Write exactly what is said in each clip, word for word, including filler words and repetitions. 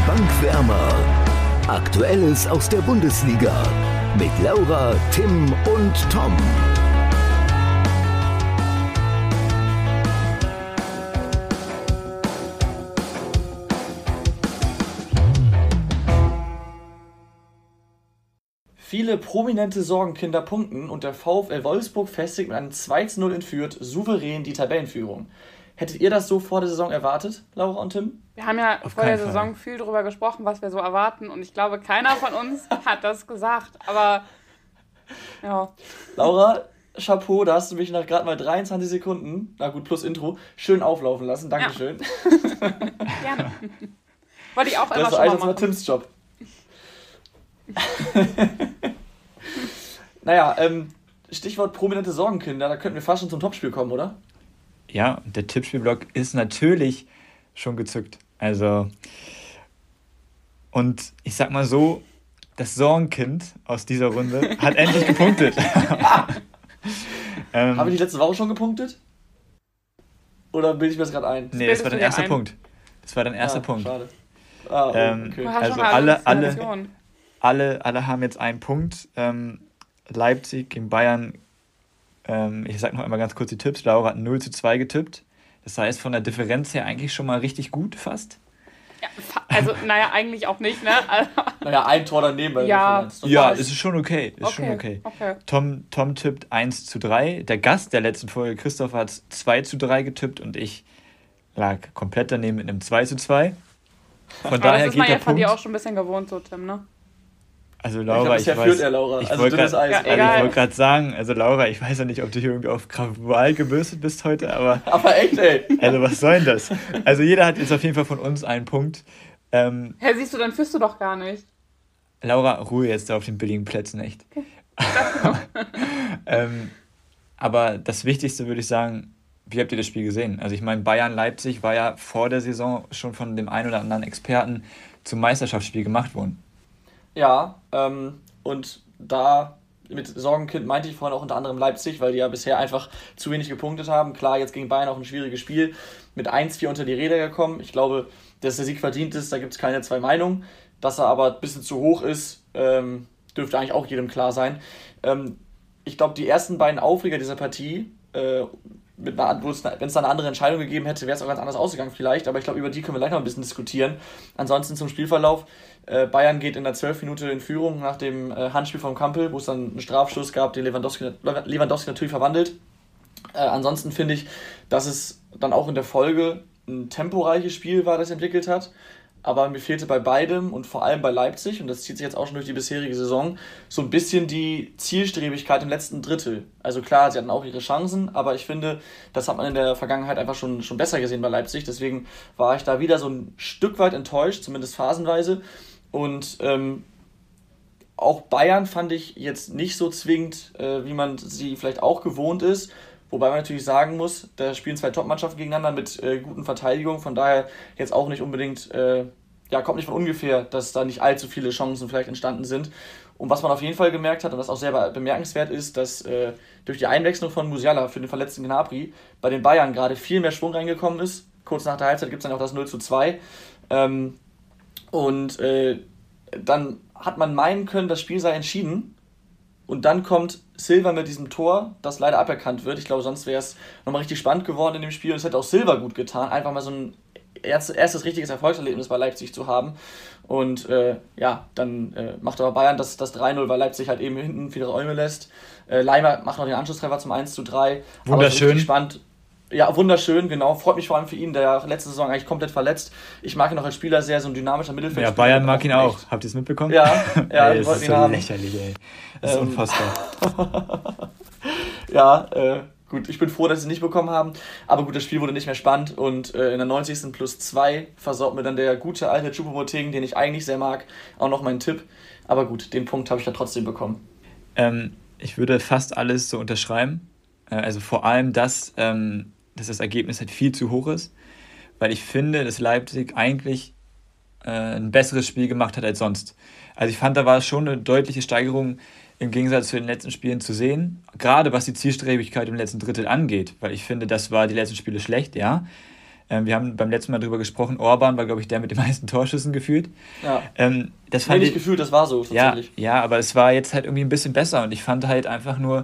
Bankwärmer. Aktuelles aus der Bundesliga mit Laura, Tim und Tom. Viele prominente Sorgenkinder punkten und der VfL Wolfsburg festigt mit einem zwei zu null in Fürth souverän die Tabellenführung. Hättet ihr das so vor der Saison erwartet, Laura und Tim? Wir haben ja Auf vor der keinen Saison Fall. viel darüber gesprochen, was wir so erwarten. Und ich glaube, keiner von uns hat das gesagt. Aber ja, Laura, Chapeau, da hast du mich nach gerade mal dreiundzwanzig Sekunden, na gut, plus Intro, schön auflaufen lassen. Dankeschön. gerne. Wollte ich auch immer Das war schon mal eigentlich mal machen. Tims Job. Naja, ähm, Stichwort prominente Sorgenkinder, da könnten wir fast schon zum Topspiel kommen, oder? Ja, der Tippspielblock ist natürlich schon gezückt. Also, und ich sag mal so, das Sorgenkind aus dieser Runde hat endlich gepunktet. ähm, Haben wir die letzte Woche schon gepunktet? Oder bilde ich mir das gerade ein? nee, das war bildest du dein dir erster ein? Punkt. Das war dein erster Ah, Punkt. Schade. Ah, oh, Ähm, okay. Du hast Also schon eine alle- alle- Halluzination. Alle, alle haben jetzt einen Punkt. Ähm, Leipzig gegen Bayern. Ähm, ich sag noch einmal ganz kurz die Tipps. Laura hat null zu zwei getippt. Das heißt, von der Differenz her eigentlich schon mal richtig gut fast. Ja, fa- also, naja, eigentlich auch nicht, ne? Also, Naja, ein Tor daneben bei der Ja. Differenz. Das Ja, war's. es ist schon okay. Ist schon okay. okay. Tom, Tom tippt eins zu drei. Der Gast der letzten Folge, Christoph, hat zwei zu drei getippt und ich lag komplett daneben mit einem zwei zu zwei. Von Aber daher das ist geht man der ja von dir Punkt. auch schon ein bisschen gewohnt, so, Tim, ne? Also Ich Laura, glaube, ich, bisher weiß, führt er, Laura. ich Also wollte dünnes gerade Eis. Ja, also egal. ich wollt grad sagen, also Laura, ich weiß ja nicht, ob du hier irgendwie auf Krawall gebürstet bist heute, aber Aber echt, ey. also was soll denn das? Also jeder hat jetzt auf jeden Fall von uns einen Punkt. Ähm, Hä, siehst du, dann führst du doch gar nicht. Laura, Ruhe jetzt da auf den billigen Plätzen, echt. ähm, aber das Wichtigste würde ich sagen, wie habt ihr das Spiel gesehen? Also ich meine, Bayern-Leipzig war ja vor der Saison schon von dem einen oder anderen Experten zum Meisterschaftsspiel gemacht worden. Ja, ähm, und da mit Sorgenkind meinte ich vorhin auch unter anderem Leipzig, weil die ja bisher einfach zu wenig gepunktet haben. Klar, jetzt gegen Bayern auch ein schwieriges Spiel. Mit eins vier unter die Räder gekommen. Ich glaube, dass der Sieg verdient ist, da gibt es keine zwei Meinungen. Dass er aber ein bisschen zu hoch ist, ähm, dürfte eigentlich auch jedem klar sein. Ähm, ich glaube, die ersten beiden Aufreger dieser Partie, äh, mit einer, wenn es da eine andere Entscheidung gegeben hätte, wäre es auch ganz anders ausgegangen vielleicht, aber ich glaube, über die können wir gleich noch ein bisschen diskutieren. Ansonsten zum Spielverlauf. Äh, Bayern geht in der zwölften Minute in Führung nach dem äh, Handspiel von Kampel, wo es dann einen Strafstoß gab, den Lewandowski, Lewandowski natürlich verwandelt. Äh, ansonsten finde ich, dass es dann auch in der Folge ein temporeiches Spiel war, das es entwickelt hat. Aber mir fehlte bei beidem und vor allem bei Leipzig, und das zieht sich jetzt auch schon durch die bisherige Saison, so ein bisschen die Zielstrebigkeit im letzten Drittel. Also klar, sie hatten auch ihre Chancen, aber ich finde, das hat man in der Vergangenheit einfach schon, schon besser gesehen bei Leipzig. Deswegen war ich da wieder so ein Stück weit enttäuscht, zumindest phasenweise. Und ähm, auch Bayern fand ich jetzt nicht so zwingend, äh, wie man sie vielleicht auch gewohnt ist. Wobei man natürlich sagen muss, da spielen zwei Top-Mannschaften gegeneinander mit äh, guten Verteidigungen. Von daher jetzt auch nicht unbedingt, äh, ja, kommt nicht von ungefähr, dass da nicht allzu viele Chancen vielleicht entstanden sind. Und was man auf jeden Fall gemerkt hat, und was auch sehr bemerkenswert ist, dass äh, durch die Einwechslung von Musiala für den verletzten Gnabry bei den Bayern gerade viel mehr Schwung reingekommen ist. Kurz nach der Halbzeit gibt es dann auch das null zu zwei. Ähm, und äh, dann hat man meinen können, das Spiel sei entschieden. Und dann kommt Silva mit diesem Tor, das leider aberkannt wird. Ich glaube, sonst wäre es nochmal richtig spannend geworden in dem Spiel. Und es hätte auch Silva gut getan, einfach mal so ein erstes, erstes richtiges Erfolgserlebnis bei Leipzig zu haben. Und äh, ja, dann äh, macht aber Bayern das, das drei null, weil Leipzig halt eben hinten viele Räume lässt. Äh, Leimer macht noch den Anschlusstreffer zum eins zu drei. Wunderschön. Aber so richtig spannend. Ja, wunderschön, genau. Freut mich vor allem für ihn, der ja letzte Saison eigentlich komplett verletzt. Ich mag ihn noch als Spieler sehr, so ein dynamischer Mittelfeldspieler. Ja, Bayern mag ihn auch. Echt. Habt ihr es mitbekommen? Ja, ja, ey, die das wollten ist ihn so haben. lächerlich, ey. Das ist Ähm, unfassbar. Ja, äh, gut, ich bin froh, dass sie es nicht bekommen haben. Aber gut, das Spiel wurde nicht mehr spannend und äh, in der neunzigsten plus zwei versaut mir dann der gute alte Choupo-Moting, den ich eigentlich sehr mag, auch noch meinen Tipp. Aber gut, den Punkt habe ich dann trotzdem bekommen. Ähm, ich würde fast alles so unterschreiben. Äh, also vor allem das, ähm, dass das Ergebnis halt viel zu hoch ist, weil ich finde, dass Leipzig eigentlich äh, ein besseres Spiel gemacht hat als sonst. Also ich fand, da war schon eine deutliche Steigerung im Gegensatz zu den letzten Spielen zu sehen, gerade was die Zielstrebigkeit im letzten Drittel angeht, weil ich finde, das war die letzten Spiele schlecht, ja. Ähm, wir haben beim letzten Mal darüber gesprochen, Orban war, glaube ich, der mit den meisten Torschüssen gefühlt. Ja. Ähm, das Nee, fand nicht ich, gefühlt, das war so ja, tatsächlich. ja, aber es war jetzt halt irgendwie ein bisschen besser und ich fand halt einfach nur,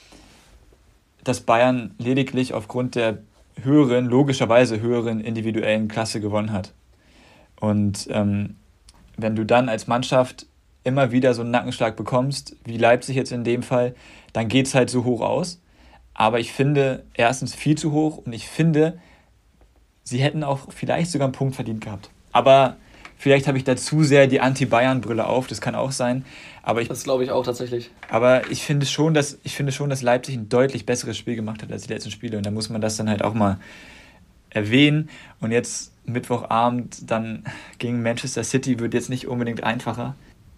dass Bayern lediglich aufgrund der höheren, logischerweise höheren individuellen Klasse gewonnen hat. Und ähm, wenn du dann als Mannschaft immer wieder so einen Nackenschlag bekommst, wie Leipzig jetzt in dem Fall, dann geht es halt so hoch aus. Aber ich finde, erstens viel zu hoch und ich finde, sie hätten auch vielleicht sogar einen Punkt verdient gehabt. Aber vielleicht habe ich da zu sehr die Anti-Bayern-Brille auf, das kann auch sein. Aber ich, Das glaube ich auch tatsächlich. aber ich finde schon, dass ich finde schon, dass Leipzig ein deutlich besseres Spiel gemacht hat als die letzten Spiele. Und da muss man das dann halt auch mal erwähnen. Und jetzt Mittwochabend dann gegen Manchester City wird jetzt nicht unbedingt einfacher.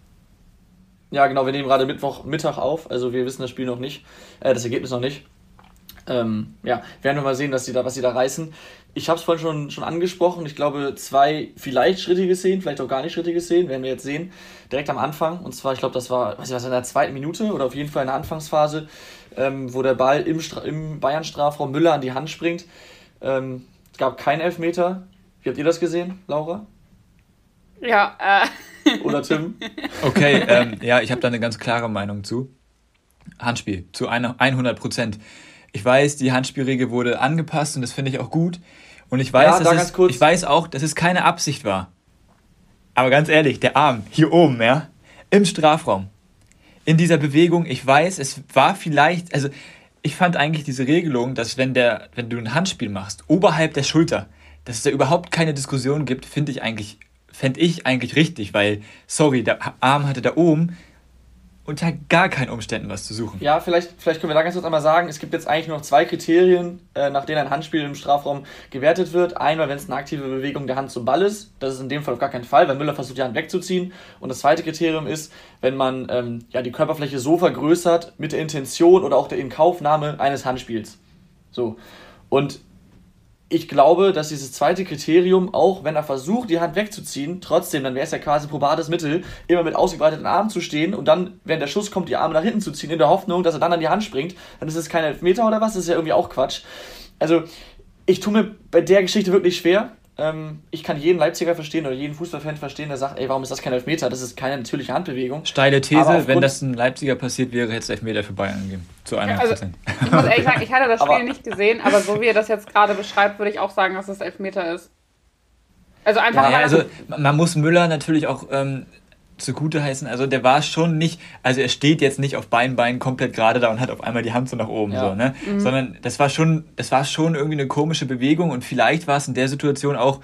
Ja, genau, wir nehmen gerade Mittwoch Mittag auf, also wir wissen das Spiel noch nicht, äh, das Ergebnis noch nicht. Ähm, ja, werden wir mal sehen, dass sie da, was sie da reißen. Ich habe es vorhin schon, schon angesprochen, ich glaube zwei vielleicht schrittige Szenen, vielleicht auch gar nicht schrittige Szenen, werden wir jetzt sehen, direkt am Anfang. Und zwar, ich glaube, das war, weiß ich was, in der zweiten Minute oder auf jeden Fall in der Anfangsphase, ähm, wo der Ball im, Stra- im Bayern-Strafraum Müller an die Hand springt. Ähm, es gab keinen Elfmeter. Wie habt ihr das gesehen, Laura? Ja, äh. Oder Tim? Okay, ähm, ja, ich habe da eine ganz klare Meinung zu. Handspiel, zu hundert Prozent. Ich weiß, die Handspielregel wurde angepasst und das finde ich auch gut. Und ich weiß, Ja, da dass ganz es, kurz. ich weiß auch, dass es keine Absicht war. Aber ganz ehrlich, der Arm hier oben, ja, im Strafraum, in dieser Bewegung, ich weiß, es war vielleicht, also ich fand eigentlich diese Regelung, dass wenn der, wenn du ein Handspiel machst, oberhalb der Schulter, dass es da überhaupt keine Diskussion gibt, finde ich eigentlich, fände ich eigentlich richtig, weil, sorry, der Arm hatte da oben unter gar keinen Umständen was zu suchen. Ja, vielleicht, vielleicht können wir da ganz kurz einmal sagen, es gibt jetzt eigentlich nur noch zwei Kriterien, äh, nach denen ein Handspiel im Strafraum gewertet wird. Einmal, wenn es eine aktive Bewegung der Hand zum Ball ist. Das ist in dem Fall auf gar keinen Fall, weil Müller versucht, die Hand wegzuziehen. Und das zweite Kriterium ist, wenn man ähm, ja, die Körperfläche so vergrößert mit der Intention oder auch der Inkaufnahme eines Handspiels. So. Und ich glaube, dass dieses zweite Kriterium, auch wenn er versucht, die Hand wegzuziehen, trotzdem, dann wäre es ja quasi probates Mittel, immer mit ausgebreiteten Armen zu stehen und dann, wenn der Schuss kommt, die Arme nach hinten zu ziehen, in der Hoffnung, dass er dann an die Hand springt. Dann ist es kein Elfmeter oder was, das ist ja irgendwie auch Quatsch. Also, ich tue mir bei der Geschichte wirklich schwer. Ähm, ich kann jeden Leipziger verstehen oder jeden Fußballfan verstehen, der sagt, ey, warum ist das kein Elfmeter? Das ist keine natürliche Handbewegung. Steile These, Aber aufgrund- wenn das ein Leipziger passiert wäre, hätte es Elfmeter für Bayern gegeben. Zu hundert Prozent. Also, ich muss ehrlich sagen, ich hatte das Spiel Aber- nicht gesehen, aber so wie ihr das jetzt gerade beschreibt, würde ich auch sagen, dass es Elfmeter ist. Also einfach, Ja, weil also man muss Müller natürlich auch ähm, zugute heißen, also der war schon nicht, also er steht jetzt nicht auf beiden Beinen komplett gerade da und hat auf einmal die Hand so nach oben, Ja. so, ne? Sondern das war schon, das war schon irgendwie eine komische Bewegung und vielleicht war es in der Situation auch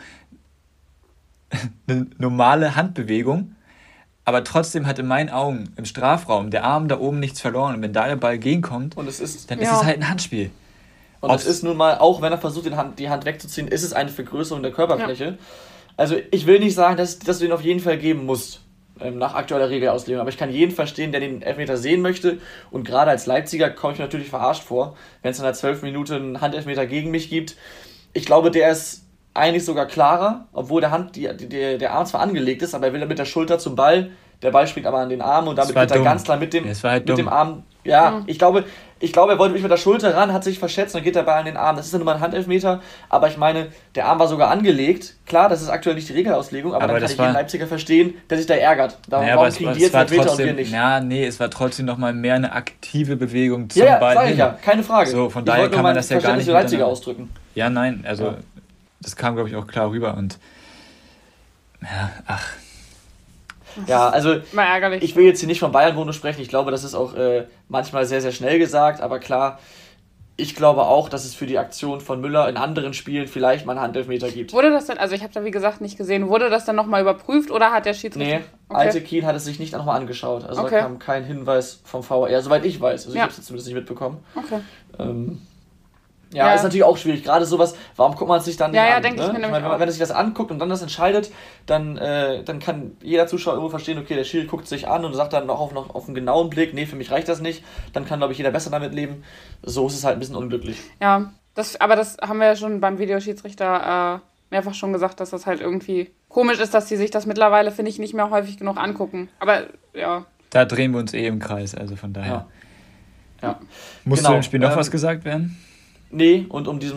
eine normale Handbewegung, aber trotzdem hat in meinen Augen im Strafraum der Arm da oben nichts verloren und wenn da der Ball gegenkommt, Und es ist, dann Ja. ist es halt ein Handspiel. und es Ob's- ist nun mal, auch wenn er versucht, den Hand, die Hand wegzuziehen, ist es eine Vergrößerung der Körperfläche. Also ich will nicht sagen, dass, dass du den auf jeden Fall geben musst, ähm, nach aktueller Regelauslegung, aber ich kann jeden verstehen, der den Elfmeter sehen möchte und gerade als Leipziger komme ich mir natürlich verarscht vor, wenn es in der zwölf Minuten einen Handelfmeter gegen mich gibt. Ich glaube, der ist eigentlich sogar klarer, obwohl der Hand, die, die, der, der Arm zwar angelegt ist, aber er will mit der Schulter zum Ball, der Ball springt aber an den Arm und damit war geht er dumm. ganz klar mit dem, Ja, es war halt mit dumm. dem Arm. Ja, ich glaube, ich glaube, er wollte mich mit der Schulter ran, hat sich verschätzt und dann geht der Ball an den Arm. Das ist ja nun mal ein Handelfmeter, aber ich meine, der Arm war sogar angelegt. Klar, das ist aktuell nicht die Regelauslegung, aber, Aber dann kann das ich jeden war- Leipziger verstehen, der sich da ärgert. Darum, Naja, aber warum es, kriegen war- die es jetzt war Elfmeter und wir trotzdem, nicht? ja, nee, es war trotzdem nochmal mehr eine aktive Bewegung zum Ja, ja, Ball sag hin. ich ja, keine Frage. So, von Ich daher wollte nur kann man mein das ja gar Verständnis nicht für Leipziger miteinander- ausdrücken. Ja, nein, also Ja. das kam, glaube ich, auch klar rüber und ja, ach, Ja, also immer ärgerlich. ich will jetzt hier nicht von Bayern-Bonus sprechen. Ich glaube, das ist auch äh, manchmal sehr, sehr schnell gesagt. Aber klar, ich glaube auch, dass es für die Aktion von Müller in anderen Spielen vielleicht mal einen Handelfmeter gibt. Wurde das dann, also ich habe da wie gesagt nicht gesehen, wurde das dann nochmal überprüft oder hat der Schiedsrichter... Nee, Alte Kiel hat es sich nicht nochmal angeschaut. Also Okay. da kam kein Hinweis vom V A R, soweit ich weiß. Also ich Ja. habe es zumindest nicht mitbekommen. Okay. Ähm, ja, Ja. ist natürlich auch schwierig. Gerade sowas, warum guckt man es sich dann nicht Ja, ja, an? denke ich ne? mir nämlich meine, wenn, man, auch. wenn er sich das anguckt und dann das entscheidet, dann, äh, dann kann jeder Zuschauer irgendwo verstehen, okay, der Schiri guckt sich an und sagt dann noch auf, noch auf einen genauen Blick, nee, für mich reicht das nicht. Dann kann, glaube ich, jeder besser damit leben. So ist es halt ein bisschen unglücklich. Ja, das, aber das haben wir ja schon beim Videoschiedsrichter äh, mehrfach schon gesagt, dass das halt irgendwie komisch ist, dass die sich das mittlerweile, finde ich, nicht mehr häufig genug angucken. Aber ja, da drehen wir uns eh im Kreis, also von daher. Ja. Ja. Muss Genau, zu dem Spiel noch ähm, was gesagt werden? Nee, und um diesem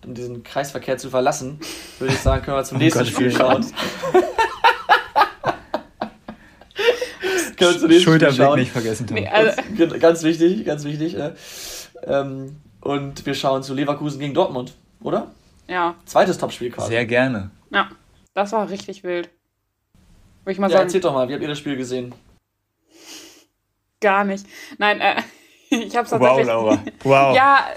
um diesen Kreisverkehr zu verlassen, würde ich sagen, können wir zum Oh nächsten Gott, Spiel vielen schauen. Dank. Können wir zum nächsten Spiel Schulterblick schauen. nicht vergessen, Tom. Nee, also, Ganz, ganz wichtig, ganz wichtig. Äh. Ähm, und wir schauen zu Leverkusen gegen Dortmund, oder? ja, Zweites Topspiel quasi. Sehr gerne. ja, das war richtig wild. Würde ich mal Ja, sagen, erzählt doch mal, wie habt ihr das Spiel gesehen? gar nicht. Nein, äh, ich hab's Wow, tatsächlich... Laura. Wow. Ja,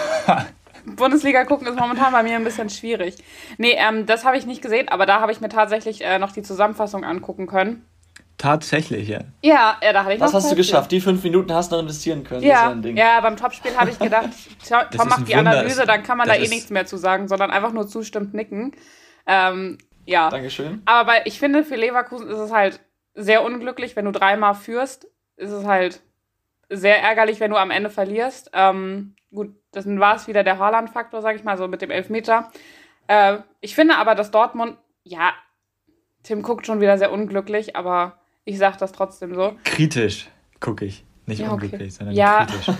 Bundesliga gucken ist momentan bei mir ein bisschen schwierig. Nee, ähm, das habe ich nicht gesehen, aber da habe ich mir tatsächlich äh, noch die Zusammenfassung angucken können. Tatsächlich, ja. Ja, ja, da hatte ich Was noch hast du Zeit geschafft? Die fünf Minuten hast du noch investieren können. für. Das ist ja Ja, ein Ding. ja, beim Topspiel habe ich gedacht, Tom ist Tom ein macht die Wunder. Analyse, dann kann man da Das eh ist- nichts mehr zu sagen, sondern einfach nur zustimmt nicken. Ähm, ja, Dankeschön. aber bei, ich finde, für Leverkusen ist es halt sehr unglücklich, wenn du dreimal führst, ist es halt sehr ärgerlich, wenn du am Ende verlierst. Ähm, gut, das war es wieder der Haaland-Faktor, sag ich mal, so mit dem Elfmeter. Äh, ich finde aber, dass Dortmund, ja, Tim guckt schon wieder sehr unglücklich, aber ich sag das trotzdem so. Kritisch gucke ich. Nicht Ja, okay. unglücklich, sondern Ja. kritisch.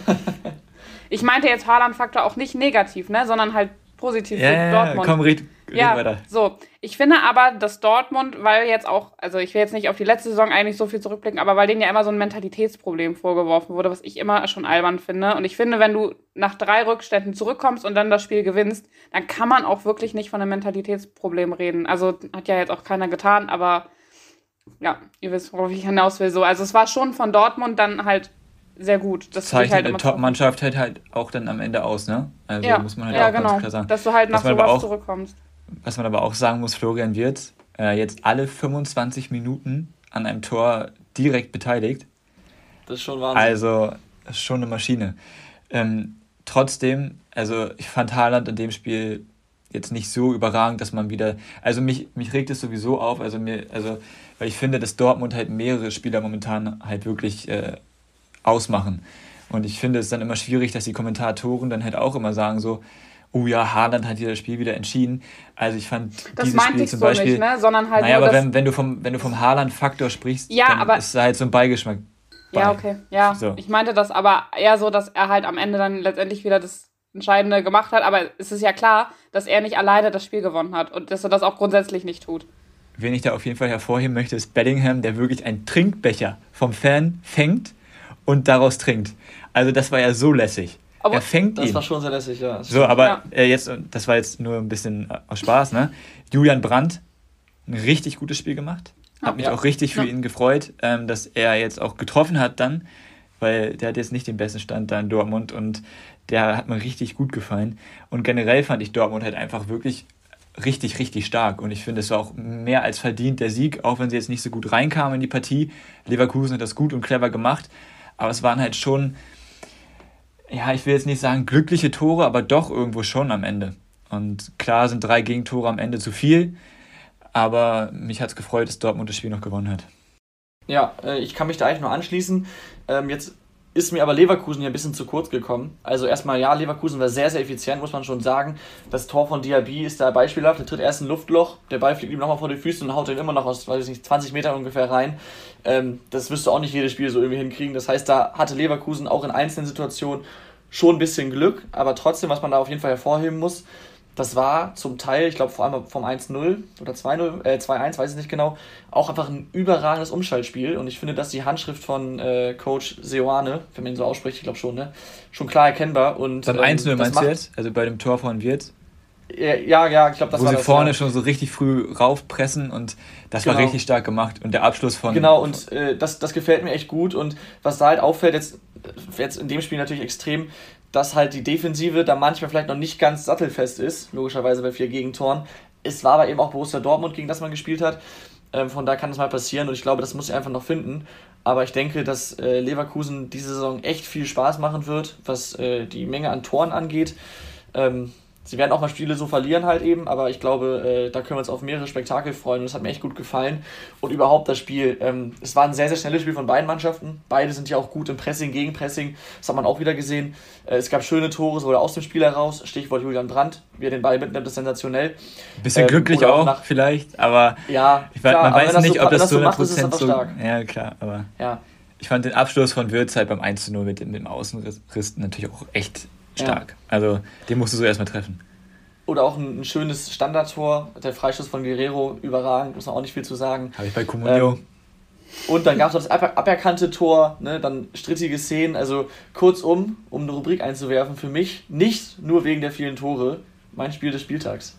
Ich meinte jetzt Haaland-Faktor auch nicht negativ, ne, sondern halt positiv Ja, für ja, ja, Dortmund. komm, red, red Ja, weiter. so. Ich finde aber, dass Dortmund, weil jetzt auch, also ich will jetzt nicht auf die letzte Saison eigentlich so viel zurückblicken, aber weil denen ja immer so ein Mentalitätsproblem vorgeworfen wurde, was ich immer schon albern finde. Und ich finde, wenn du nach drei Rückständen zurückkommst und dann das Spiel gewinnst, dann kann man auch wirklich nicht von einem Mentalitätsproblem reden. Also hat ja jetzt auch keiner getan, aber ja, ihr wisst, worauf ich hinaus will. So. Also es war schon von Dortmund dann halt sehr gut. Das finde ich Zeichnet halt eine immer Top-Mannschaft halt, halt auch dann am Ende aus, ne? Also Ja, muss man halt ja auch genau. ganz klar sagen. Dass du halt nach Was man aber sowas auch- zurückkommst. Was man aber auch sagen muss, Florian Wirtz, äh, jetzt alle fünfundzwanzig Minuten an einem Tor direkt beteiligt. Das ist schon Wahnsinn. Also, das ist schon eine Maschine. Ähm, trotzdem, also ich fand Haaland in dem Spiel jetzt nicht so überragend, dass man wieder, also mich, mich regt es sowieso auf, also mir, also, weil ich finde, dass Dortmund halt mehrere Spieler momentan halt wirklich äh, ausmachen. Und ich finde es dann immer schwierig, dass die Kommentatoren dann halt auch immer sagen so, oh ja, Haaland hat hier das Spiel wieder entschieden. Also ich fand Das dieses meinte Spiel ich zum so Beispiel, nicht, ne? Sondern halt naja, nur, aber dass... wenn, wenn du vom, wenn du vom Haaland-Faktor sprichst, Ja, dann aber- ist da halt so ein Beigeschmack bei. Ja, okay. Ja, So. ich meinte das aber eher so, dass er halt am Ende dann letztendlich wieder das Entscheidende gemacht hat. Aber es ist ja klar, dass er nicht alleine das Spiel gewonnen hat und dass er das auch grundsätzlich nicht tut. Wen ich da auf jeden Fall hervorheben möchte, ist Bellingham, der wirklich einen Trinkbecher vom Fan fängt und daraus trinkt. Also das war ja so lässig. Aber er fängt Das ihn. war schon sehr lässig, ja. So, aber Ja. äh, jetzt, das war jetzt nur ein bisschen äh, aus Spaß, ne? Julian Brandt, ein richtig gutes Spiel gemacht. Hab mich Ja. auch richtig für Ja. ihn gefreut, ähm, dass er jetzt auch getroffen hat dann, weil der hat jetzt nicht den besten Stand da in Dortmund und der hat mir richtig gut gefallen. Und generell fand ich Dortmund halt einfach wirklich richtig, richtig stark. Und ich finde, es war auch mehr als verdient der Sieg, auch wenn sie jetzt nicht so gut reinkamen in die Partie. Leverkusen hat das gut und clever gemacht, aber es waren halt schon, ja, ich will jetzt nicht sagen glückliche Tore, aber doch irgendwo schon am Ende. Und klar sind drei Gegentore am Ende zu viel, aber mich hat es gefreut, dass Dortmund das Spiel noch gewonnen hat. Ja, äh, ich kann mich da eigentlich nur anschließen. Ähm, jetzt ist mir aber Leverkusen hier ein bisschen zu kurz gekommen. Also erstmal, ja, Leverkusen war sehr, sehr effizient, muss man schon sagen. Das Tor von Diaby ist da beispielhaft. Der tritt erst ein Luftloch, der Ball fliegt ihm nochmal vor die Füße und haut den immer noch aus, weiß ich nicht, zwanzig Metern ungefähr rein. Ähm, das wirst du auch nicht jedes Spiel so irgendwie hinkriegen. Das heißt, da hatte Leverkusen auch in einzelnen Situationen schon ein bisschen Glück. Aber trotzdem, was man da auf jeden Fall hervorheben muss, das war zum Teil, ich glaube vor allem vom eins null oder zwei null, äh, zwei eins, weiß ich nicht genau, auch einfach ein überragendes Umschaltspiel. Und ich finde, dass die Handschrift von äh, Coach Seoane, wenn man ihn so ausspricht, ich glaube schon, ne, schon klar erkennbar. Und, Beim ähm, eins null das meinst du macht- jetzt? Also bei dem Tor von Wirtz? Ja, ja, ich glaube, das wo war sie das. vorne ja. schon so richtig früh raufpressen und das war Genau. richtig stark gemacht. Und der Abschluss von... Genau, und äh, das, das gefällt mir echt gut. Und was da halt auffällt, jetzt, jetzt in dem Spiel natürlich extrem, dass halt die Defensive da manchmal vielleicht noch nicht ganz sattelfest ist, logischerweise bei vier Gegentoren. Es war aber eben auch Borussia Dortmund, gegen das man gespielt hat. Ähm, von da kann das mal passieren und ich glaube, das muss ich einfach noch finden. Aber ich denke, dass äh, Leverkusen diese Saison echt viel Spaß machen wird, was äh, die Menge an Toren angeht. Ähm, Sie werden auch mal Spiele so verlieren halt eben, aber ich glaube, äh, da können wir uns auf mehrere Spektakel freuen und das hat mir echt gut gefallen. Und überhaupt das Spiel, ähm, es war ein sehr, sehr schnelles Spiel von beiden Mannschaften. Beide sind ja auch gut im Pressing, Gegenpressing, das hat man auch wieder gesehen. Äh, es gab schöne Tore, sowohl aus dem Spiel heraus, Stichwort Julian Brandt, wie er den Ball mitnimmt, ist sensationell. Bisschen ähm, glücklich oder auch auch, nach- vielleicht, aber Ja, ich weiß, klar, man aber weiß wenn das nicht, so, ob wenn das zu so hundert macht, ist es Prozent einfach so... stark. Ja, klar, aber Ja. ich fand den Abschluss von Wirtz halt beim eins zu null mit, dem- mit dem Außenriss natürlich auch echt stark. Also den musst du so erstmal treffen. oder auch ein, ein schönes Standardtor, der Freistoß von Guerrero, überragend, muss man auch nicht viel zu sagen. Habe ich bei Comunio. Ähm, und dann gab es noch das ab, aberkannte Tor, ne, dann strittige Szenen, also kurzum, um eine Rubrik einzuwerfen, für mich nicht nur wegen der vielen Tore, mein Spiel des Spieltags.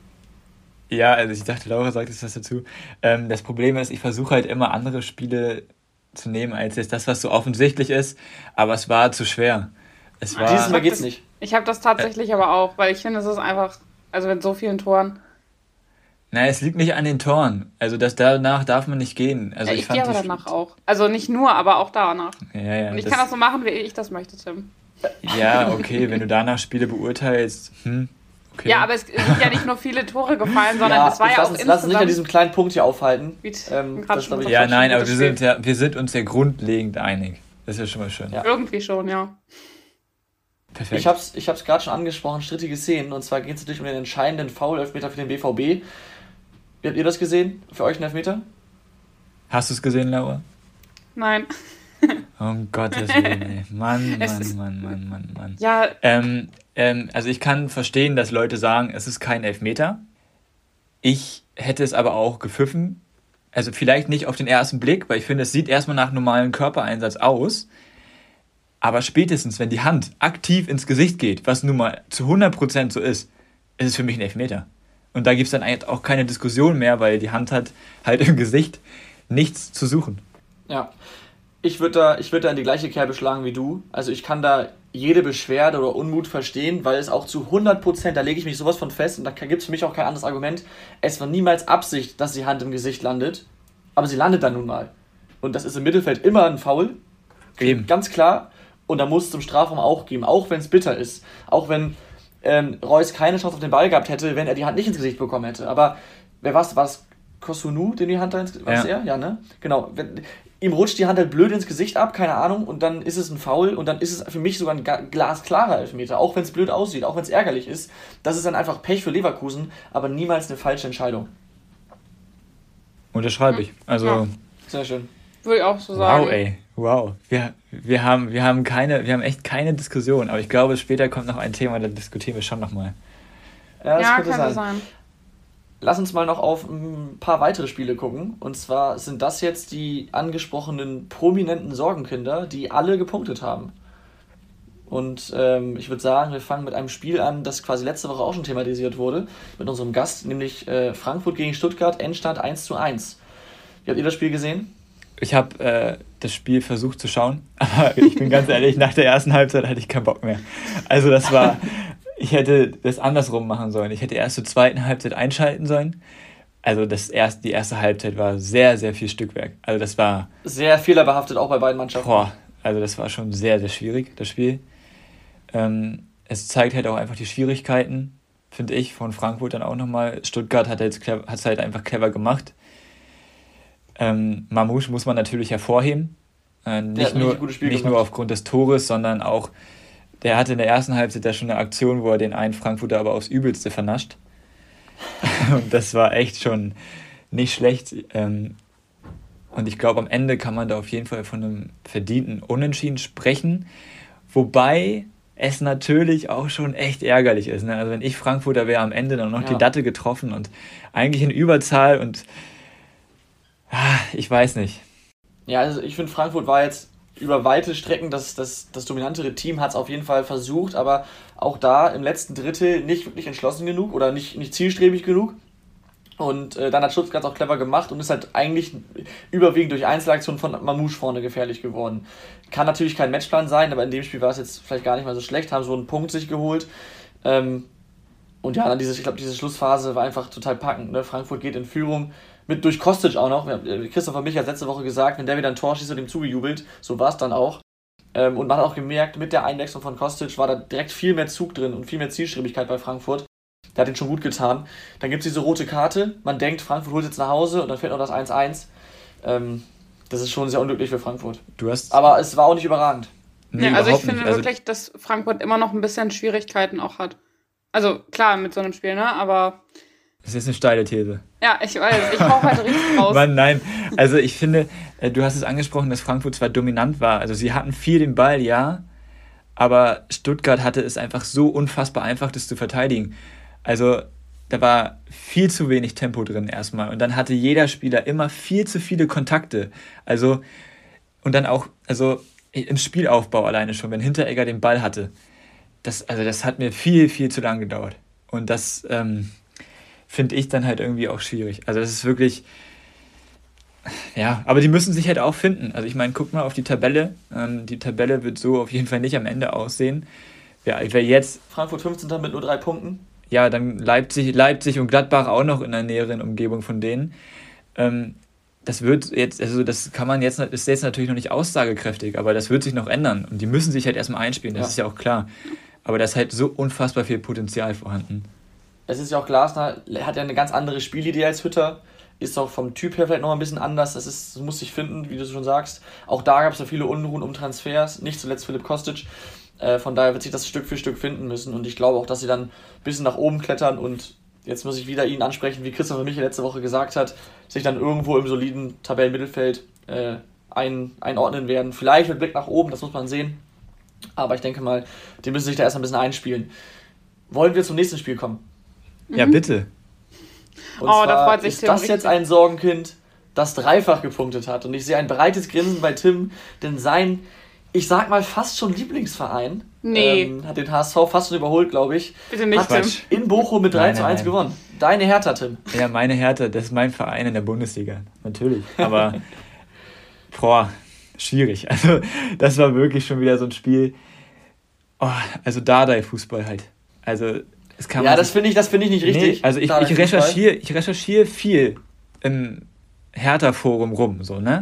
Ja, also ich dachte, Laura sagt jetzt was dazu. Ähm, das Problem ist, ich versuche halt immer andere Spiele zu nehmen, als jetzt das, was so offensichtlich ist, aber es war zu schwer. Es war, Dieses Mal geht's nicht. Ich habe das tatsächlich äh, aber auch, weil ich finde, es ist einfach, also mit so vielen Toren. Nein, es liegt nicht an den Toren. Also das danach darf man nicht gehen. Also ja, ich ich fand gehe aber die, danach auch. Also nicht nur, aber auch danach. Ja, ja, Und ich das, kann das so machen, wie ich das möchte, Tim. Ja, okay, wenn du danach Spiele beurteilst, hm, okay. Ja, aber es sind ja nicht nur viele Tore gefallen, sondern Ja, es war ja lass auch uns, insgesamt... lass uns nicht an diesem kleinen Punkt hier aufhalten. Mit- Ähm, gerade das, glaub ich, schon Ja, nein, aber wir das sind, Spiel. ja, wir sind uns ja grundlegend einig. Das ist ja schon mal schön. Ja. Irgendwie schon, ja. Perfekt. Ich hab's, ich hab's gerade schon angesprochen, strittige Szenen. Und zwar geht es natürlich um den entscheidenden Foul-Elfmeter für den B V B. Wie habt ihr das gesehen? Für euch ein Elfmeter? Hast du es gesehen, Laura? Nein. Um Gottes Willen, ey. Mann, Es Mann, ist- Mann, Mann, Mann, Mann. Ja, Ähm, ähm, also ich kann verstehen, dass Leute sagen, es ist kein Elfmeter. Ich hätte es aber auch gepfiffen. Also vielleicht nicht auf den ersten Blick, weil ich finde, es sieht erstmal nach normalem Körpereinsatz aus. Aber spätestens, wenn die Hand aktiv ins Gesicht geht, was nun mal zu hundert Prozent so ist, ist es für mich ein Elfmeter. Und da gibt es dann eigentlich auch keine Diskussion mehr, weil die Hand hat halt im Gesicht nichts zu suchen. Ja. Ich würde da, ich würd da in die gleiche Kerbe schlagen wie du. Also ich kann da jede Beschwerde oder Unmut verstehen, weil es auch zu hundert Prozent, da lege ich mich sowas von fest und da gibt es für mich auch kein anderes Argument, es war niemals Absicht, dass die Hand im Gesicht landet, aber sie landet dann nun mal. Und das ist im Mittelfeld immer ein Foul, Eben. ganz klar. Und da muss es zum Strafraum auch geben, auch wenn es bitter ist. Auch wenn ähm, Reus keine Chance auf den Ball gehabt hätte, wenn er die Hand nicht ins Gesicht bekommen hätte. Aber wer war es? War es Kosunu, den die Hand da ins Gesicht... War das Ja. er? Ja, ne? Genau. Wenn, ihm rutscht die Hand halt blöd ins Gesicht ab, keine Ahnung, und dann ist es ein Foul und dann ist es für mich sogar ein ga- glasklarer Elfmeter, auch wenn es blöd aussieht, auch wenn es ärgerlich ist. Das ist dann einfach Pech für Leverkusen, aber niemals eine falsche Entscheidung. Unterschreibe ich. Also, Ja. Sehr schön. würde ich auch so sagen. wow, ey. Wow. Wir, wir, haben, wir, haben keine, wir haben echt keine Diskussion. Aber ich glaube, später kommt noch ein Thema, da diskutieren wir schon nochmal. Ja, das Ja, könnte könnte sein. sein. Lass uns mal noch auf ein paar weitere Spiele gucken. Und zwar sind das jetzt die angesprochenen prominenten Sorgenkinder, die alle gepunktet haben. Und ähm, ich würde sagen, wir fangen mit einem Spiel an, das quasi letzte Woche auch schon thematisiert wurde, mit unserem Gast, nämlich äh, Frankfurt gegen Stuttgart, Endstand eins zu eins. Wie habt ihr das Spiel gesehen? Ich habe äh, das Spiel versucht zu schauen, aber ich bin ganz ehrlich, nach der ersten Halbzeit hatte ich keinen Bock mehr. Also das war, ich hätte das andersrum machen sollen. Ich hätte erst zur zweiten Halbzeit einschalten sollen. Also das erst, die erste Halbzeit war sehr, sehr viel Stückwerk. Also das war, Sehr fehlerbehaftet, auch bei beiden Mannschaften. boah, also das war schon sehr, sehr schwierig, das Spiel. Ähm, es zeigt halt auch einfach die Schwierigkeiten, finde ich, von Frankfurt dann auch nochmal. Stuttgart hat es halt einfach clever gemacht. Ähm, Mamouche muss man natürlich hervorheben. Äh, nicht ein nur, richtig gutes Spiel nicht gemacht. nur aufgrund des Tores, sondern auch, der hatte in der ersten Halbzeit da schon eine Aktion, wo er den einen Frankfurter aber aufs Übelste vernascht. Und das war echt schon nicht schlecht. Ähm, und ich glaube, am Ende kann man da auf jeden Fall von einem verdienten Unentschieden sprechen. Wobei es natürlich auch schon echt ärgerlich ist. Ne? Also wenn ich Frankfurter wäre, am Ende dann noch Ja. die Latte getroffen und eigentlich in Überzahl und ah, ich weiß nicht. Ja, also ich finde, Frankfurt war jetzt über weite Strecken das, das, das dominantere Team, hat es auf jeden Fall versucht, aber auch da im letzten Drittel nicht wirklich entschlossen genug oder nicht, nicht zielstrebig genug. Und äh, dann hat Stuttgart auch clever gemacht und ist halt eigentlich überwiegend durch Einzelaktionen von Mamouche vorne gefährlich geworden. Kann natürlich kein Matchplan sein, aber in dem Spiel war es jetzt vielleicht gar nicht mal so schlecht, haben so einen Punkt sich geholt. Ähm, und ja, dann diese, ich glaube, diese Schlussphase war einfach total packend. Ne? Frankfurt geht in Führung, mit durch Kostic auch noch. Christopher Mich hat letzte Woche gesagt, wenn der wieder ein Tor schießt, wird ihm zugejubelt. So war es dann auch. Ähm, und man hat auch gemerkt, mit der Einwechslung von Kostic war da direkt viel mehr Zug drin und viel mehr Zielstrebigkeit bei Frankfurt. Der hat ihn schon gut getan. Dann gibt es diese rote Karte. Man denkt, Frankfurt holt jetzt nach Hause und dann fällt noch das eins eins. Ähm, das ist schon sehr unglücklich für Frankfurt. Du hast. Aber es war auch nicht überragend. Nee, Ja, also ich überhaupt finde nicht. Also, wirklich, dass Frankfurt immer noch ein bisschen Schwierigkeiten auch hat. Also klar, mit so einem Spiel, ne? Aber das ist eine steile These. ja, ich weiß, ich brauche halt richtig raus. Mann, nein. Also ich finde, äh, du hast es angesprochen, dass Frankfurt zwar dominant war. Also sie hatten viel den Ball, ja. Aber Stuttgart hatte es einfach so unfassbar einfach, das zu verteidigen. Also da war viel zu wenig Tempo drin erstmal. Und dann hatte jeder Spieler immer viel zu viele Kontakte. Also, und dann auch, also im Spielaufbau alleine schon, wenn Hinteregger den Ball hatte. Das, also das hat mir viel, viel zu lang gedauert. Und das ähm, finde ich dann halt irgendwie auch schwierig. Also das ist wirklich, ja, aber die müssen sich halt auch finden. Also ich meine, guck mal auf die Tabelle. Ähm, die Tabelle wird so auf jeden Fall nicht am Ende aussehen. Wer, wer jetzt... Frankfurt fünfzehnter mit nur drei Punkten. Ja, dann Leipzig, Leipzig und Gladbach auch noch in der näheren Umgebung von denen. Ähm, das wird jetzt, also das kann man jetzt, ist jetzt natürlich noch nicht aussagekräftig, aber das wird sich noch ändern. Und die müssen sich halt erstmal einspielen, das ja. ist ja auch klar. Aber da ist halt so unfassbar viel Potenzial vorhanden. Es ist ja auch Glasner, hat ja eine ganz andere Spielidee als Hütter. Ist auch vom Typ her vielleicht noch ein bisschen anders. Das, ist, das muss sich finden, wie du schon sagst. Auch da gab es ja viele Unruhen um Transfers, nicht zuletzt Philipp Kostic. Äh, von daher wird sich das Stück für Stück finden müssen. Und ich glaube auch, dass sie dann ein bisschen nach oben klettern. Und jetzt muss ich wieder ihn ansprechen, wie Christopher Michel letzte Woche gesagt hat, sich dann irgendwo im soliden Tabellenmittelfeld äh, ein, einordnen werden. Vielleicht mit Blick nach oben, das muss man sehen. Aber ich denke mal, die müssen sich da erst ein bisschen einspielen. Wollen wir zum nächsten Spiel kommen? Ja, bitte. Und oh, da freut sich ist Tim das richtig. Jetzt ein Sorgenkind, das dreifach gepunktet hat. Und ich sehe ein breites Grinsen bei Tim, denn sein, ich sag mal, fast schon Lieblingsverein, nee. ähm, hat den H S V fast schon überholt, glaube ich. Bitte nicht, hat Tim. In Bochum mit drei nein, zu nein, eins nein. gewonnen. Deine Hertha, Tim. Ja, meine Hertha, das ist mein Verein in der Bundesliga. Natürlich. Aber, boah, schwierig. Also, das war wirklich schon wieder so ein Spiel. Oh, also Dardai-Fußball halt. Also, es kann ja, das finde ich, das finde ich nicht richtig. Nee, also ich, ich recherchiere ich recherchiere viel im Hertha-Forum rum, so, ne?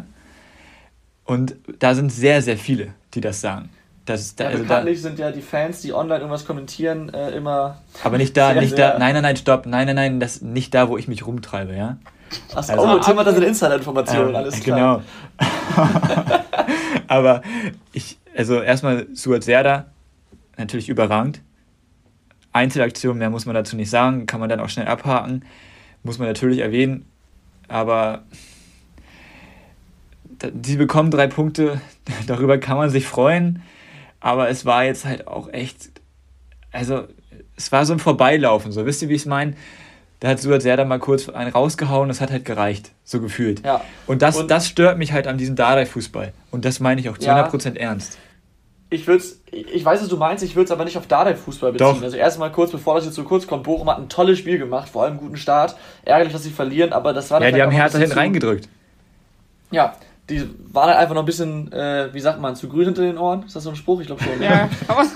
Und da sind sehr, sehr viele, die das sagen. Das ist da, ja, also bekanntlich da, sind ja die Fans, die online irgendwas kommentieren, äh, immer... Aber nicht da, sehr, nicht sehr da, nein, nein, nein, stopp, nein, nein, nein, das nicht da, wo ich mich rumtreibe, ja? Achso, also, oh, Tim hat da seine Insider-Informationen, ähm, alles klar. Genau. Aber ich, also erstmal Suat Serdar, natürlich überragend. Einzelaktion, mehr muss man dazu nicht sagen, kann man dann auch schnell abhaken, muss man natürlich erwähnen, aber sie bekommen drei Punkte, darüber kann man sich freuen, aber es war jetzt halt auch echt, also es war so ein Vorbeilaufen, so, wisst ihr, wie ich es meine? Da hat Suat Serdar mal kurz einen rausgehauen, das hat halt gereicht, so gefühlt. Ja. Und, das, und das stört mich halt an diesem Dardai-Fußball und das meine ich auch zu ja. hundert Prozent ernst. Ich würde ich weiß, was du meinst, ich würde es aber nicht auf Dardai-Fußball beziehen. Doch. Also erstmal kurz, bevor das jetzt so kurz kommt, Bochum hat ein tolles Spiel gemacht, vor allem einen guten Start. Ärgerlich, dass sie verlieren, aber das war Ja, dann die haben auch Hertha hinten zu, reingedrückt. Ja, die waren halt einfach noch ein bisschen, äh, wie sagt man, zu grün hinter den Ohren. Ist das so ein Spruch? Ich glaube schon. Ja.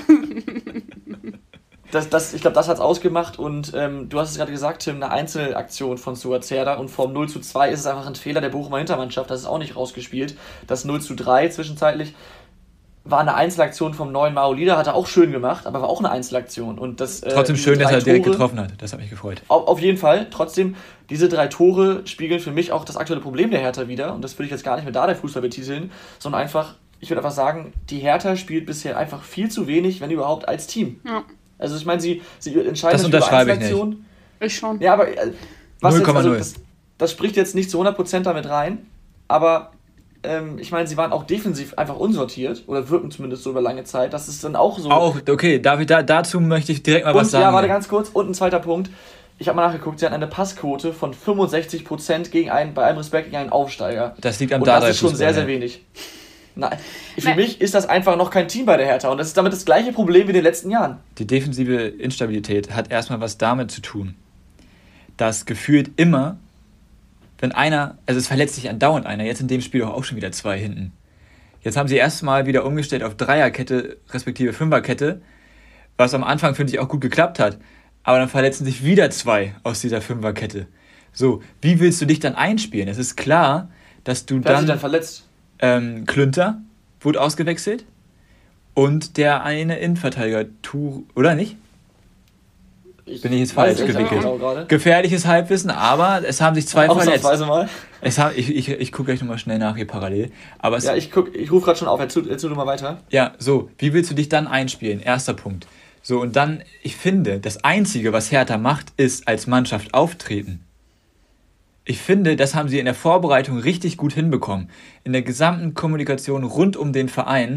das, das, ich glaube, das hat es ausgemacht und ähm, du hast es gerade gesagt, Tim, eine Einzelaktion von Suat Serdar und vom null zu zwei ist es einfach ein Fehler der Bochumer Hintermannschaft, das ist auch nicht rausgespielt. Das null zu drei zwischenzeitlich war eine Einzelaktion vom neuen Maolida, hat er auch schön gemacht, aber war auch eine Einzelaktion. Und das, äh, Trotzdem schön, dass er direkt Tore, getroffen hat, das hat mich gefreut. Auf, auf jeden Fall, trotzdem, diese drei Tore spiegeln für mich auch das aktuelle Problem der Hertha wieder und das würde ich jetzt gar nicht mit Dardai-Fußball betiteln, sondern einfach, ich würde einfach sagen, die Hertha spielt bisher einfach viel zu wenig, wenn überhaupt, als Team. Ja. Also ich meine, sie, sie entscheiden das unterschreibe ich nicht. Ich schon. Ja, aber äh, was null, jetzt, also, null. das, das spricht jetzt nicht zu hundert Prozent damit rein, aber ähm, ich meine, sie waren auch defensiv einfach unsortiert oder wirken zumindest so über lange Zeit, das ist dann auch so... Auch, okay, darf ich da, dazu möchte ich direkt mal und, was sagen. Ja, warte ganz kurz, und ein zweiter Punkt, ich habe mal nachgeguckt, sie hatten eine Passquote von fünfundsechzig Prozent gegen einen, bei allem Respekt, gegen einen Aufsteiger. Das liegt am und Dardai-Fußball. Das ist schon sehr, sehr wenig. Nein, für mich ist das einfach noch kein Team bei der Hertha und das ist damit das gleiche Problem wie in den letzten Jahren. Die defensive Instabilität hat erstmal was damit zu tun, dass gefühlt immer, wenn einer, also es verletzt sich andauernd einer, jetzt in dem Spiel auch schon wieder zwei hinten. Jetzt haben sie erstmal wieder umgestellt auf Dreierkette respektive Fünferkette, was am Anfang, finde ich, auch gut geklappt hat. Aber dann verletzen sich wieder zwei aus dieser Fünferkette. So, wie willst du dich dann einspielen? Es ist klar, dass du Wer dann... hat sich dann verletzt? Ähm, Klünter wurde ausgewechselt und der eine Innenverteidiger, Tour, oder nicht? Ich Bin ich jetzt falsch gewickelt? Genau Gefährliches Halbwissen, aber es haben sich zwei verletzt. Mal. Es haben, ich ich, ich gucke gleich nochmal schnell nach hier parallel. Aber es, ja, ich, guck, ich rufe gerade schon auf, erzähl, erzähl du mal weiter. Ja, so, wie willst du dich dann einspielen? Erster Punkt. So, und dann, ich finde, das Einzige, was Hertha macht, ist als Mannschaft auftreten. Ich finde, das haben sie in der Vorbereitung richtig gut hinbekommen. In der gesamten Kommunikation rund um den Verein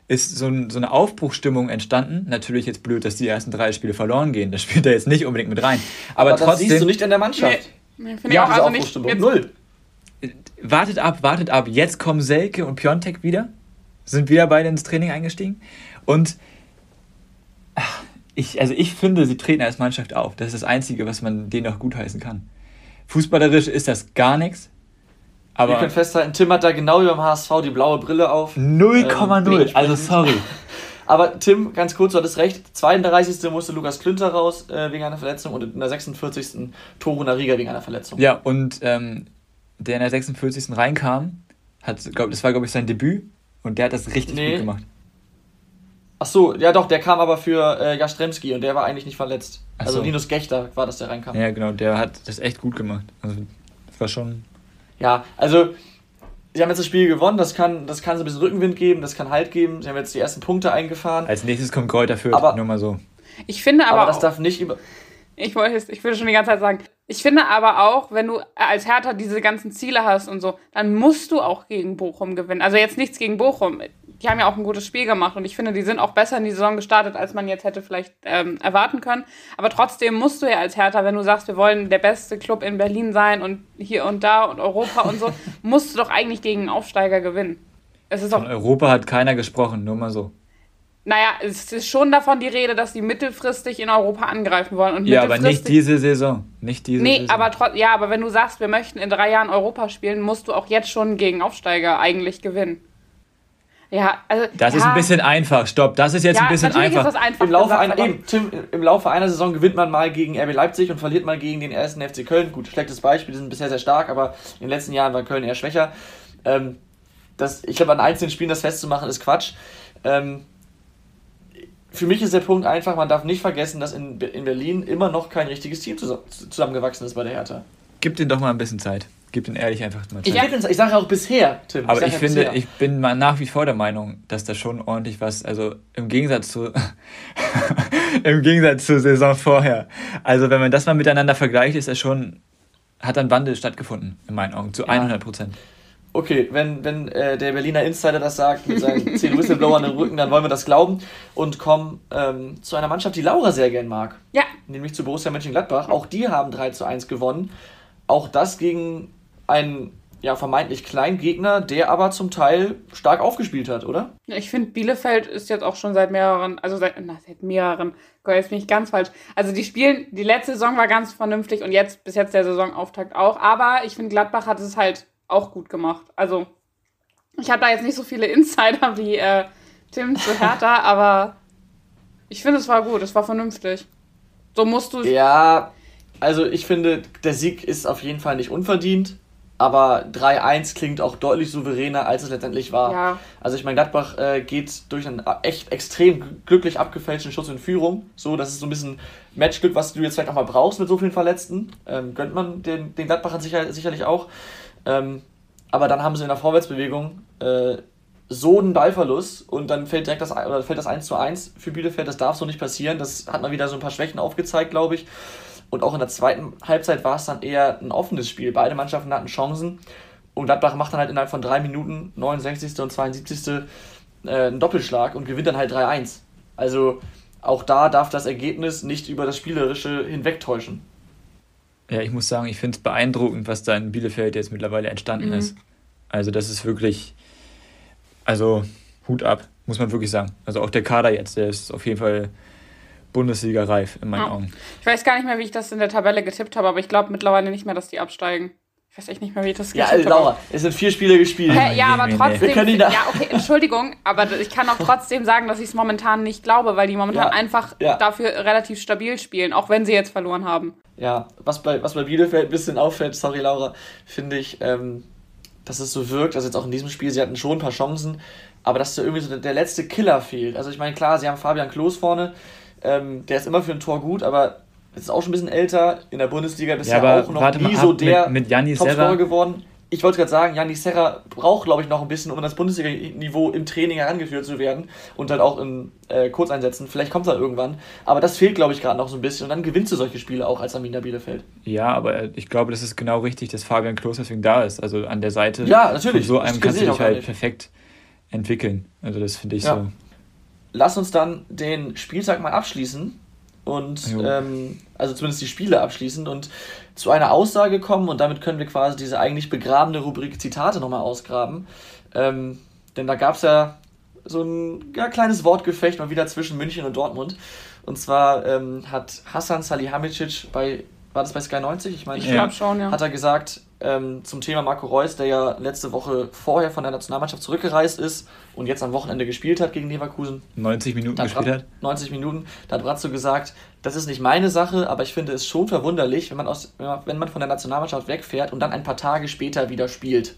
ist so, ein, so eine Aufbruchsstimmung entstanden. Natürlich jetzt blöd, dass die ersten drei Spiele verloren gehen. Das spielt da jetzt nicht unbedingt mit rein. Aber, Aber das trotzdem, siehst du nicht in der Mannschaft. Nee, finde Ja, ich auch. diese Also nicht, Aufbruchstimmung. jetzt, Null. wartet ab, wartet ab. Jetzt kommen Selke und Piontek wieder. Sind wieder beide ins Training eingestiegen. Und ach, ich, also ich finde, sie treten als Mannschaft auf. Das ist das Einzige, was man denen noch gutheißen kann. Fußballerisch ist das gar nichts. Wir Aber können festhalten, Tim hat da genau wie beim H S V die blaue Brille auf. null Komma null. Ähm, Also sorry. Aber Tim, ganz kurz, du hattest recht, zweiunddreißigsten musste Lukas Klünter raus äh, wegen einer Verletzung und in der sechsundvierzigsten Toru Nariga wegen einer Verletzung. Ja, und ähm, der in der sechsundvierzigsten reinkam, hat, glaub, das war, glaube ich, sein Debüt und der hat das richtig Nee. gut gemacht. Ach so, ja doch, der kam aber für äh, Jastremski und der war eigentlich nicht verletzt. Ach Also so. Linus Gechter war das, der reinkam. Ja, Ja, genau, der hat das echt gut gemacht. Also, das war schon. also sie haben jetzt das Spiel gewonnen, das kann, das kann so ein bisschen Rückenwind geben, das kann Halt geben. Sie haben jetzt die ersten Punkte eingefahren. Als nächstes kommt Kräuter Fürth, Aber- nur mal so. ich finde aber, Aber das auch, darf nicht über... ich wollte es- ich will schon die ganze Zeit sagen, ich finde aber auch, wenn du als Hertha diese ganzen Ziele hast und so, dann musst du auch gegen Bochum gewinnen. Also jetzt nichts gegen Bochum. Die haben ja auch ein gutes Spiel gemacht und ich finde, die sind auch besser in die Saison gestartet, als man jetzt hätte vielleicht ähm, erwarten können. Aber trotzdem musst du ja als Hertha, wenn du sagst, wir wollen der beste Club in Berlin sein und hier und da und Europa und so, musst du doch eigentlich gegen einen Aufsteiger gewinnen. Es ist Von doch, Europa hat keiner gesprochen, nur mal so. naja, es ist schon davon die Rede, dass die mittelfristig in Europa angreifen wollen. Und Ja, aber nicht mittelfristig- diese Saison. Nicht diese Nee, Saison. aber trotz, ja, aber wenn du sagst, wir möchten in drei Jahren Europa spielen, musst du auch jetzt schon gegen Aufsteiger eigentlich gewinnen. Ja, also. Das ja, ist ein bisschen einfach. Stopp, das ist jetzt ja, ein bisschen natürlich einfach. ist das einfach. Im Laufe, gesagt, einer, aber- eben, Tim, im Laufe einer Saison gewinnt man mal gegen R B Leipzig und verliert mal gegen den ersten F C Köln. Gut, schlechtes Beispiel, die sind bisher sehr stark, aber in den letzten Jahren war Köln eher schwächer. Ähm, das, ich glaube, an einzelnen Spielen das festzumachen, ist Quatsch. Ähm, für mich ist der Punkt einfach, man darf nicht vergessen, dass in, in Berlin immer noch kein richtiges Team zusammen, zusammengewachsen ist bei der Hertha. Gib den doch mal ein bisschen Zeit. Gib den ehrlich einfach mal Zeit. Ich, ich sage auch bisher, Tim. Aber sag ich ja finde, bisher. ich bin mal nach wie vor der Meinung, dass da schon ordentlich was, also im Gegensatz zu im Gegensatz zur Saison vorher. Also wenn man das mal miteinander vergleicht, ist das schon, hat ein Wandel stattgefunden, in meinen Augen, zu hundert Prozent. Okay, wenn, wenn äh, der Berliner Insider das sagt, mit seinen zehn Whistleblowern im Rücken, dann wollen wir das glauben und kommen ähm, zu einer Mannschaft, die Laura sehr gern mag. Ja, Nämlich zu Borussia Mönchengladbach. Auch die haben drei zu eins gewonnen. Auch das gegen einen ja, vermeintlich kleinen Gegner, der aber zum Teil stark aufgespielt hat, oder? ich finde, Bielefeld ist jetzt auch schon seit mehreren, also seit, na, seit mehreren, Gott, jetzt bin ich ganz falsch. Also die spielen, die letzte Saison war ganz vernünftig und jetzt, bis jetzt der Saisonauftakt auch. Aber ich finde, Gladbach hat es halt auch gut gemacht. Also, ich habe da jetzt nicht so viele Insider wie äh, Tim zu Hertha, aber ich finde, es war gut, es war vernünftig. So musst du Ja, also ich finde, der Sieg ist auf jeden Fall nicht unverdient, aber drei eins klingt auch deutlich souveräner, als es letztendlich war. Ja. Also ich meine, Gladbach äh, geht durch einen echt extrem glücklich abgefälschten Schuss in Führung. So, das ist so ein bisschen Matchglück, was du jetzt vielleicht auch mal brauchst mit so vielen Verletzten. Ähm, gönnt man den, den Gladbachern sicher, sicherlich auch. Ähm, aber dann haben sie in der Vorwärtsbewegung äh, so einen Ballverlust und dann fällt direkt das, oder fällt das eins zu eins für Bielefeld. Das darf so nicht passieren. Das hat mal wieder so ein paar Schwächen aufgezeigt, glaube ich. Und auch in der zweiten Halbzeit war es dann eher ein offenes Spiel. Beide Mannschaften hatten Chancen. Und Gladbach macht dann halt innerhalb von drei Minuten, neunundsechzigsten und zweiundsiebzigsten Äh, einen Doppelschlag und gewinnt dann halt drei eins. Also auch da darf das Ergebnis nicht über das Spielerische hinwegtäuschen. Ja, ich muss sagen, ich finde es beeindruckend, was da in Bielefeld jetzt mittlerweile entstanden Mhm. ist. Also das ist wirklich, also Hut ab, muss man wirklich sagen. Also auch der Kader jetzt, der ist auf jeden Fall Bundesliga-reif in meinen Ja. Augen. Ich weiß gar nicht mehr, wie ich das in der Tabelle getippt habe, aber ich glaube mittlerweile nicht mehr, dass die absteigen. Ich weiß echt nicht mehr, wie ich das Ja, getippt Laura, habe. es sind vier Spiele gespielt. Hä, ja, nee, aber nee, nee. trotzdem. Wir können ihn da- Ja, okay, Entschuldigung, aber ich kann auch trotzdem sagen, dass ich es momentan nicht glaube, weil die momentan Ja, einfach ja. dafür relativ stabil spielen, auch wenn sie jetzt verloren haben. Ja, was bei, was bei Bielefeld ein bisschen auffällt, sorry Laura, finde ich, ähm, dass es so wirkt, also jetzt auch in diesem Spiel, sie hatten schon ein paar Chancen, aber dass da irgendwie so der, der letzte Killer fehlt. Also ich meine, klar, sie haben Fabian Klos vorne, ähm, der ist immer für ein Tor gut, aber ist auch schon ein bisschen älter, in der Bundesliga bisher Ja, aber auch noch warte nie mal so ab, der mit- mit Gianni Topscorer Serra. geworden. Ich wollte gerade sagen, Gianni Serra braucht, glaube ich, noch ein bisschen, um an das Bundesliga-Niveau im Training herangeführt zu werden und dann auch in äh, Kurzeinsätzen. Vielleicht kommt er irgendwann, aber das fehlt, glaube ich, gerade noch so ein bisschen und dann gewinnst du solche Spiele auch als Arminia Bielefeld. Ja, aber ich glaube, das ist genau richtig, dass Fabian Klos deswegen da ist. Also an der Seite Ja, natürlich. von so Das einem sehe kannst du ich auch dich gar halt nicht. perfekt entwickeln. Also das finde ich Ja. so. Lass uns dann den Spieltag mal abschließen und Jo. ähm, also zumindest die Spiele abschließen und zu einer Aussage kommen und damit können wir quasi diese eigentlich begrabene Rubrik Zitate nochmal ausgraben. Ähm, denn da gab es ja so ein ja, kleines Wortgefecht mal wieder zwischen München und Dortmund. Und zwar ähm, hat Hasan Salihamidzic bei, war das bei Sky neunzig? Ich meine, Ich Ja. glaube schon, ja. hat er gesagt, ähm, zum Thema Marco Reus, der ja letzte Woche vorher von der Nationalmannschaft zurückgereist ist und jetzt am Wochenende gespielt hat gegen Leverkusen. neunzig Minuten Da hat gespielt Bra- hat. neunzig Minuten. Da hat Brazzo gesagt, das ist nicht meine Sache, aber ich finde es schon verwunderlich, wenn man, aus, wenn man- wenn man von der Nationalmannschaft wegfährt und dann ein paar Tage später wieder spielt.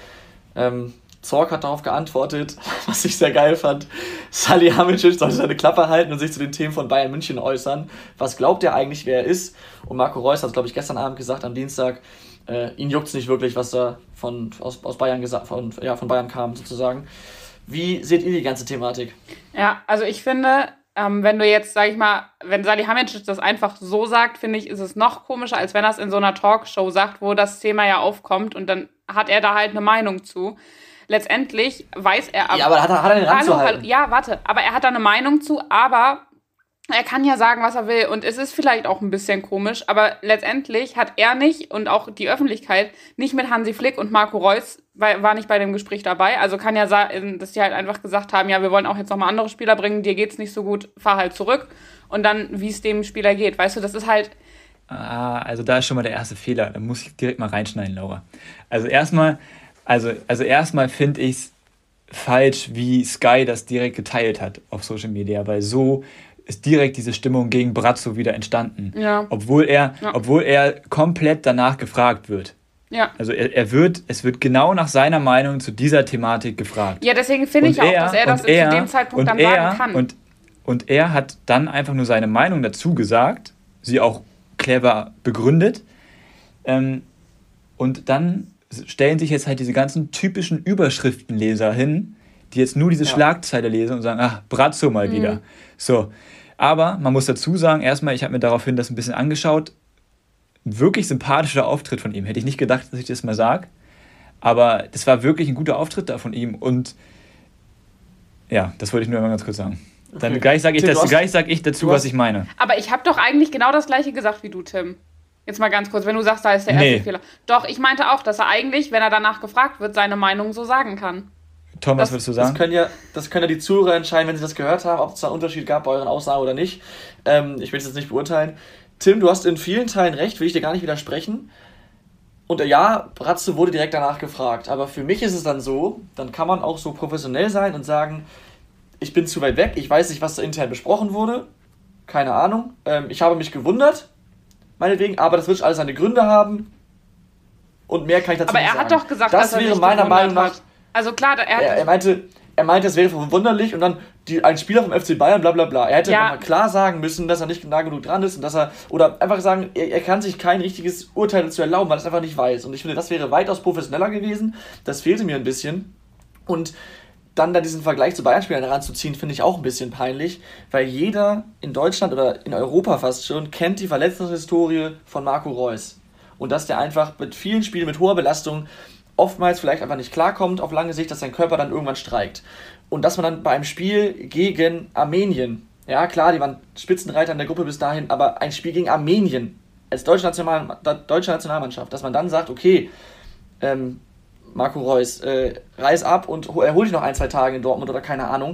Ähm, Zorc hat darauf geantwortet, was ich sehr geil fand. Salihamidzic sollte seine Klappe halten und sich zu den Themen von Bayern München äußern. Was glaubt er eigentlich, wer er ist? Und Marco Reus hat es, glaube ich, gestern Abend gesagt, am Dienstag, äh, ihn juckt es nicht wirklich, was da von, aus, aus Bayern gesagt, von, ja, von Bayern kam, sozusagen. Wie seht ihr die ganze Thematik? Ja, also ich finde, ähm, wenn du jetzt, sag ich mal, wenn Salihamidzic das einfach so sagt, finde ich, ist es noch komischer, als wenn er es in so einer Talkshow sagt, wo das Thema ja aufkommt und dann hat er da halt eine Meinung zu. Letztendlich weiß er... Ja, aber hat er, hat er den Rand hallo, zu hallo, halten? ja, warte, aber er hat da eine Meinung zu, aber er kann ja sagen, was er will und es ist vielleicht auch ein bisschen komisch, aber letztendlich hat er nicht und auch die Öffentlichkeit nicht mit Hansi Flick und Marco Reus, weil, war nicht bei dem Gespräch dabei, also kann ja sein, dass die halt einfach gesagt haben, ja, wir wollen auch jetzt nochmal andere Spieler bringen, dir geht's nicht so gut, fahr halt zurück und dann, wie es dem Spieler geht, weißt du, das ist halt... Ah, also da ist schon mal der erste Fehler. Da muss ich direkt mal reinschneiden, Laura. Also erstmal, also, also erstmal finde ich es falsch, wie Sky das direkt geteilt hat auf Social Media, weil so ist direkt diese Stimmung gegen Brazzo wieder entstanden. Ja. Obwohl er, Ja. obwohl er komplett danach gefragt wird. Ja. Also er, er wird, es wird genau nach seiner Meinung zu dieser Thematik gefragt. Ja, deswegen finde ich auch, dass er das und er- zu dem Zeitpunkt und dann er, sagen kann. Und, und er hat dann einfach nur seine Meinung dazu gesagt, sie auch clever begründet. Ähm, und dann stellen sich jetzt halt diese ganzen typischen Überschriftenleser hin, die jetzt nur diese Ja. Schlagzeile lesen und sagen, ach, Brazzo mal wieder. So, aber man muss dazu sagen, erstmal, ich habe mir daraufhin das ein bisschen angeschaut, ein wirklich sympathischer Auftritt von ihm. Hätte ich nicht gedacht, dass ich das mal sage, aber das war wirklich ein guter Auftritt da von ihm und ja, das wollte ich nur mal ganz kurz sagen. Dann Okay. gleich sage ich, Tim, das- du hast- gleich sag ich dazu, du was hast- ich meine. Aber ich habe doch eigentlich genau das Gleiche gesagt wie du, Tim. Jetzt mal ganz kurz, wenn du sagst, da ist der erste Nee. Fehler. Doch, ich meinte auch, dass er eigentlich, wenn er danach gefragt wird, seine Meinung so sagen kann. Tom, was Das- würdest du Das sagen? können, ja, das können ja die Zuhörer entscheiden, wenn sie das gehört haben, ob es da einen Unterschied gab bei euren Aussagen oder nicht. Ähm, ich will es jetzt nicht beurteilen. Tim, du hast in vielen Teilen recht, will ich dir gar nicht widersprechen. Und äh, ja, Brazzo wurde direkt danach gefragt. Aber für mich ist es dann so, dann kann man auch so professionell sein und sagen, ich bin zu weit weg, ich weiß nicht, was da intern besprochen wurde. Keine Ahnung. Ähm, ich habe mich gewundert, meinetwegen, aber das wird schon alles seine Gründe haben. Und mehr kann ich dazu Aber nicht er sagen. hat doch gesagt, das dass er wäre sich meiner gewundert Meinung nach. hat. Also klar, er hat... Er, er meinte, er meinte, es wäre verwunderlich und dann die, ein Spieler vom F C Bayern, bla bla bla. Er hätte Ja. nochmal klar sagen müssen, dass er nicht nah genug dran ist und dass er, oder einfach sagen, er, er kann sich kein richtiges Urteil dazu erlauben, weil er es einfach nicht weiß. Und ich finde, das wäre weitaus professioneller gewesen. Das fehlte mir ein bisschen. Und dann da diesen Vergleich zu Bayern-Spielern heranzuziehen, finde ich auch ein bisschen peinlich, weil jeder in Deutschland oder in Europa fast schon kennt die Verletzungshistorie von Marco Reus. Und dass der einfach mit vielen Spielen mit hoher Belastung oftmals vielleicht einfach nicht klarkommt auf lange Sicht, dass sein Körper dann irgendwann streikt. Und dass man dann bei einem Spiel gegen Armenien, ja klar, die waren Spitzenreiter in der Gruppe bis dahin, aber ein Spiel gegen Armenien als deutsche, National, deutsche Nationalmannschaft, dass man dann sagt, okay, ähm, Marco Reus, äh, reiß ab und erhol dich noch ein, zwei Tage in Dortmund oder keine Ahnung,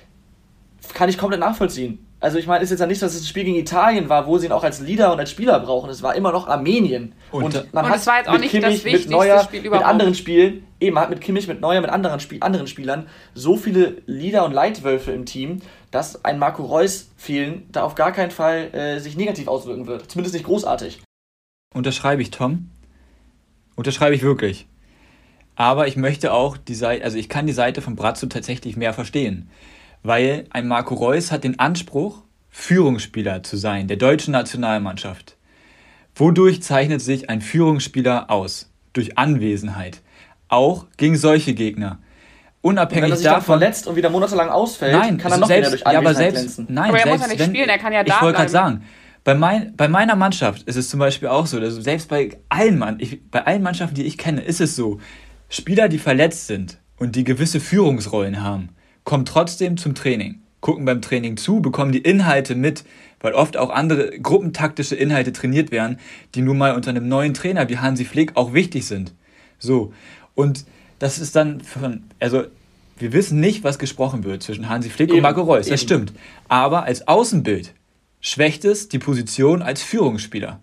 kann ich komplett nachvollziehen. Also ich meine, es ist jetzt ja nicht, dass es ein Spiel gegen Italien war, wo sie ihn auch als Leader und als Spieler brauchen. Es war immer noch Armenien. Und- Und es war jetzt auch mit nicht Kimmich, das mit wichtigste Neuer, Spiel mit überhaupt. anderen Spielen, eben hat mit Kimmich, mit Neuer, mit anderen, Spiel, anderen Spielern so viele Leader und Leitwölfe im Team, dass ein Marco Reus fehlen da auf gar keinen Fall äh, sich negativ auswirken wird. Zumindest nicht großartig. Unterschreibe ich, Tom. Unterschreibe ich wirklich. Aber ich möchte auch die Seite, also ich kann die Seite von Brazzo tatsächlich mehr verstehen. Weil ein Marco Reus hat den Anspruch, Führungsspieler zu sein, der deutschen Nationalmannschaft. Wodurch zeichnet sich ein Führungsspieler aus? Durch Anwesenheit. Auch gegen solche Gegner. Und Unabhängig wenn er sich dann davon. verletzt und wieder monatelang ausfällt, Nein, kann er noch selbst, wieder durch ja, aber Anwesenheit selbst, glänzen. nein, Aber er muss selbst ja nicht wenn, spielen, er kann ja da Ich wollte gerade bleiben. sagen, bei, mein, bei meiner Mannschaft ist es zum Beispiel auch so, dass selbst bei allen, Mann, ich, bei allen Mannschaften, die ich kenne, ist es so, Spieler, die verletzt sind und die gewisse Führungsrollen haben, kommen trotzdem zum Training, gucken beim Training zu, bekommen die Inhalte mit, weil oft auch andere gruppentaktische Inhalte trainiert werden, die nun mal unter einem neuen Trainer wie Hansi Flick auch wichtig sind. So, und das ist dann von, also wir wissen nicht, was gesprochen wird zwischen Hansi Flick eben, und Marco Reus, das eben. Stimmt. Aber als Außenbild schwächt es die Position als Führungsspieler.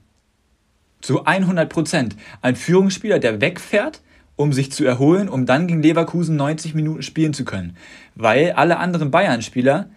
Zu hundert Prozent. Ein Führungsspieler, der wegfährt, um sich zu erholen, um dann gegen Leverkusen neunzig Minuten spielen zu können. Weil alle anderen Bayern-Spieler,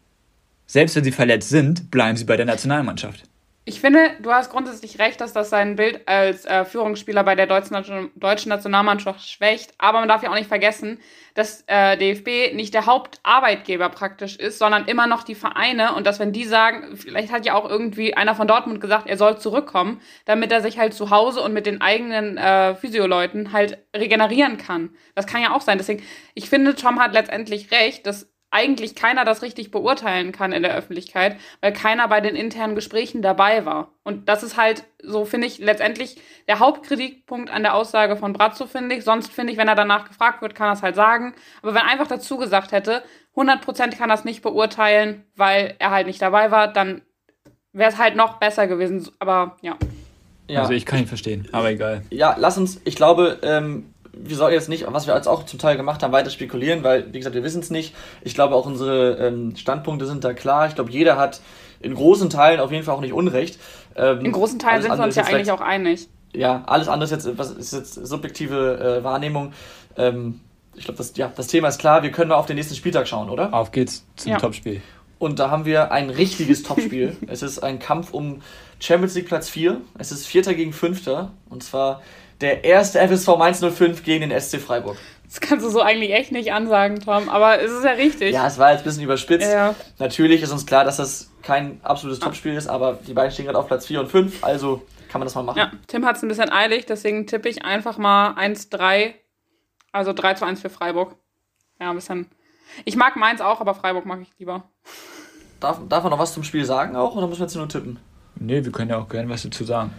selbst wenn sie verletzt sind, bleiben sie bei der Nationalmannschaft. Ich finde, du hast grundsätzlich recht, dass das sein Bild als äh, Führungsspieler bei der deutschen, deutschen Nationalmannschaft schwächt. Aber man darf ja auch nicht vergessen, dass äh, D F B nicht der Hauptarbeitgeber praktisch ist, sondern immer noch die Vereine. Und dass, wenn die sagen, vielleicht hat ja auch irgendwie einer von Dortmund gesagt, er soll zurückkommen, damit er sich halt zu Hause und mit den eigenen äh, Physioleuten halt regenerieren kann. Das kann ja auch sein. Deswegen, ich finde, Tom hat letztendlich recht, dass eigentlich keiner das richtig beurteilen kann in der Öffentlichkeit, weil keiner bei den internen Gesprächen dabei war. Und das ist halt, so finde ich, letztendlich der Hauptkritikpunkt an der Aussage von Brazzo, finde ich. Sonst finde ich, wenn er danach gefragt wird, kann er es halt sagen. Aber wenn er einfach dazu gesagt hätte, hundert Prozent kann er es nicht beurteilen, weil er halt nicht dabei war, dann wäre es halt noch besser gewesen. Aber ja. ja. Also ich kann ihn verstehen, aber egal. Ja, lass uns, ich glaube, ähm, wir sollten jetzt nicht, was wir jetzt auch zum Teil gemacht haben, weiter spekulieren, weil, wie gesagt, wir wissen es nicht. Ich glaube, auch unsere ähm, Standpunkte sind da klar. Ich glaube, jeder hat in großen Teilen auf jeden Fall auch nicht Unrecht. Ähm, in großen Teilen sind wir uns ja eigentlich auch einig. Ja, alles andere ist jetzt, was ist jetzt subjektive äh, Wahrnehmung. Ähm, ich glaube, das, ja, das Thema ist klar. Wir können mal auf den nächsten Spieltag schauen, oder? Auf geht's zum ja. Topspiel. Und da haben wir ein richtiges Topspiel. Es ist ein Kampf um Champions League Platz vier. Es ist Vierter gegen Fünfter. Und zwar der erste F S V Mainz null fünf gegen den S C Freiburg. Das kannst du so eigentlich echt nicht ansagen, Tom, aber es ist ja richtig. Ja, es war jetzt ein bisschen überspitzt. Ja, ja. Natürlich ist uns klar, dass das kein absolutes Topspiel ist, aber die beiden stehen gerade auf Platz vier und fünf, also kann man das mal machen. Ja, Tim hat es ein bisschen eilig, deswegen tippe ich einfach mal eins drei, also drei zu eins für Freiburg. Ja, ein bisschen. Ich mag Mainz auch, aber Freiburg mag ich lieber. Darf, darf man noch was zum Spiel sagen auch, oder müssen wir jetzt nur tippen? Nee, wir können ja auch gerne was dazu sagen.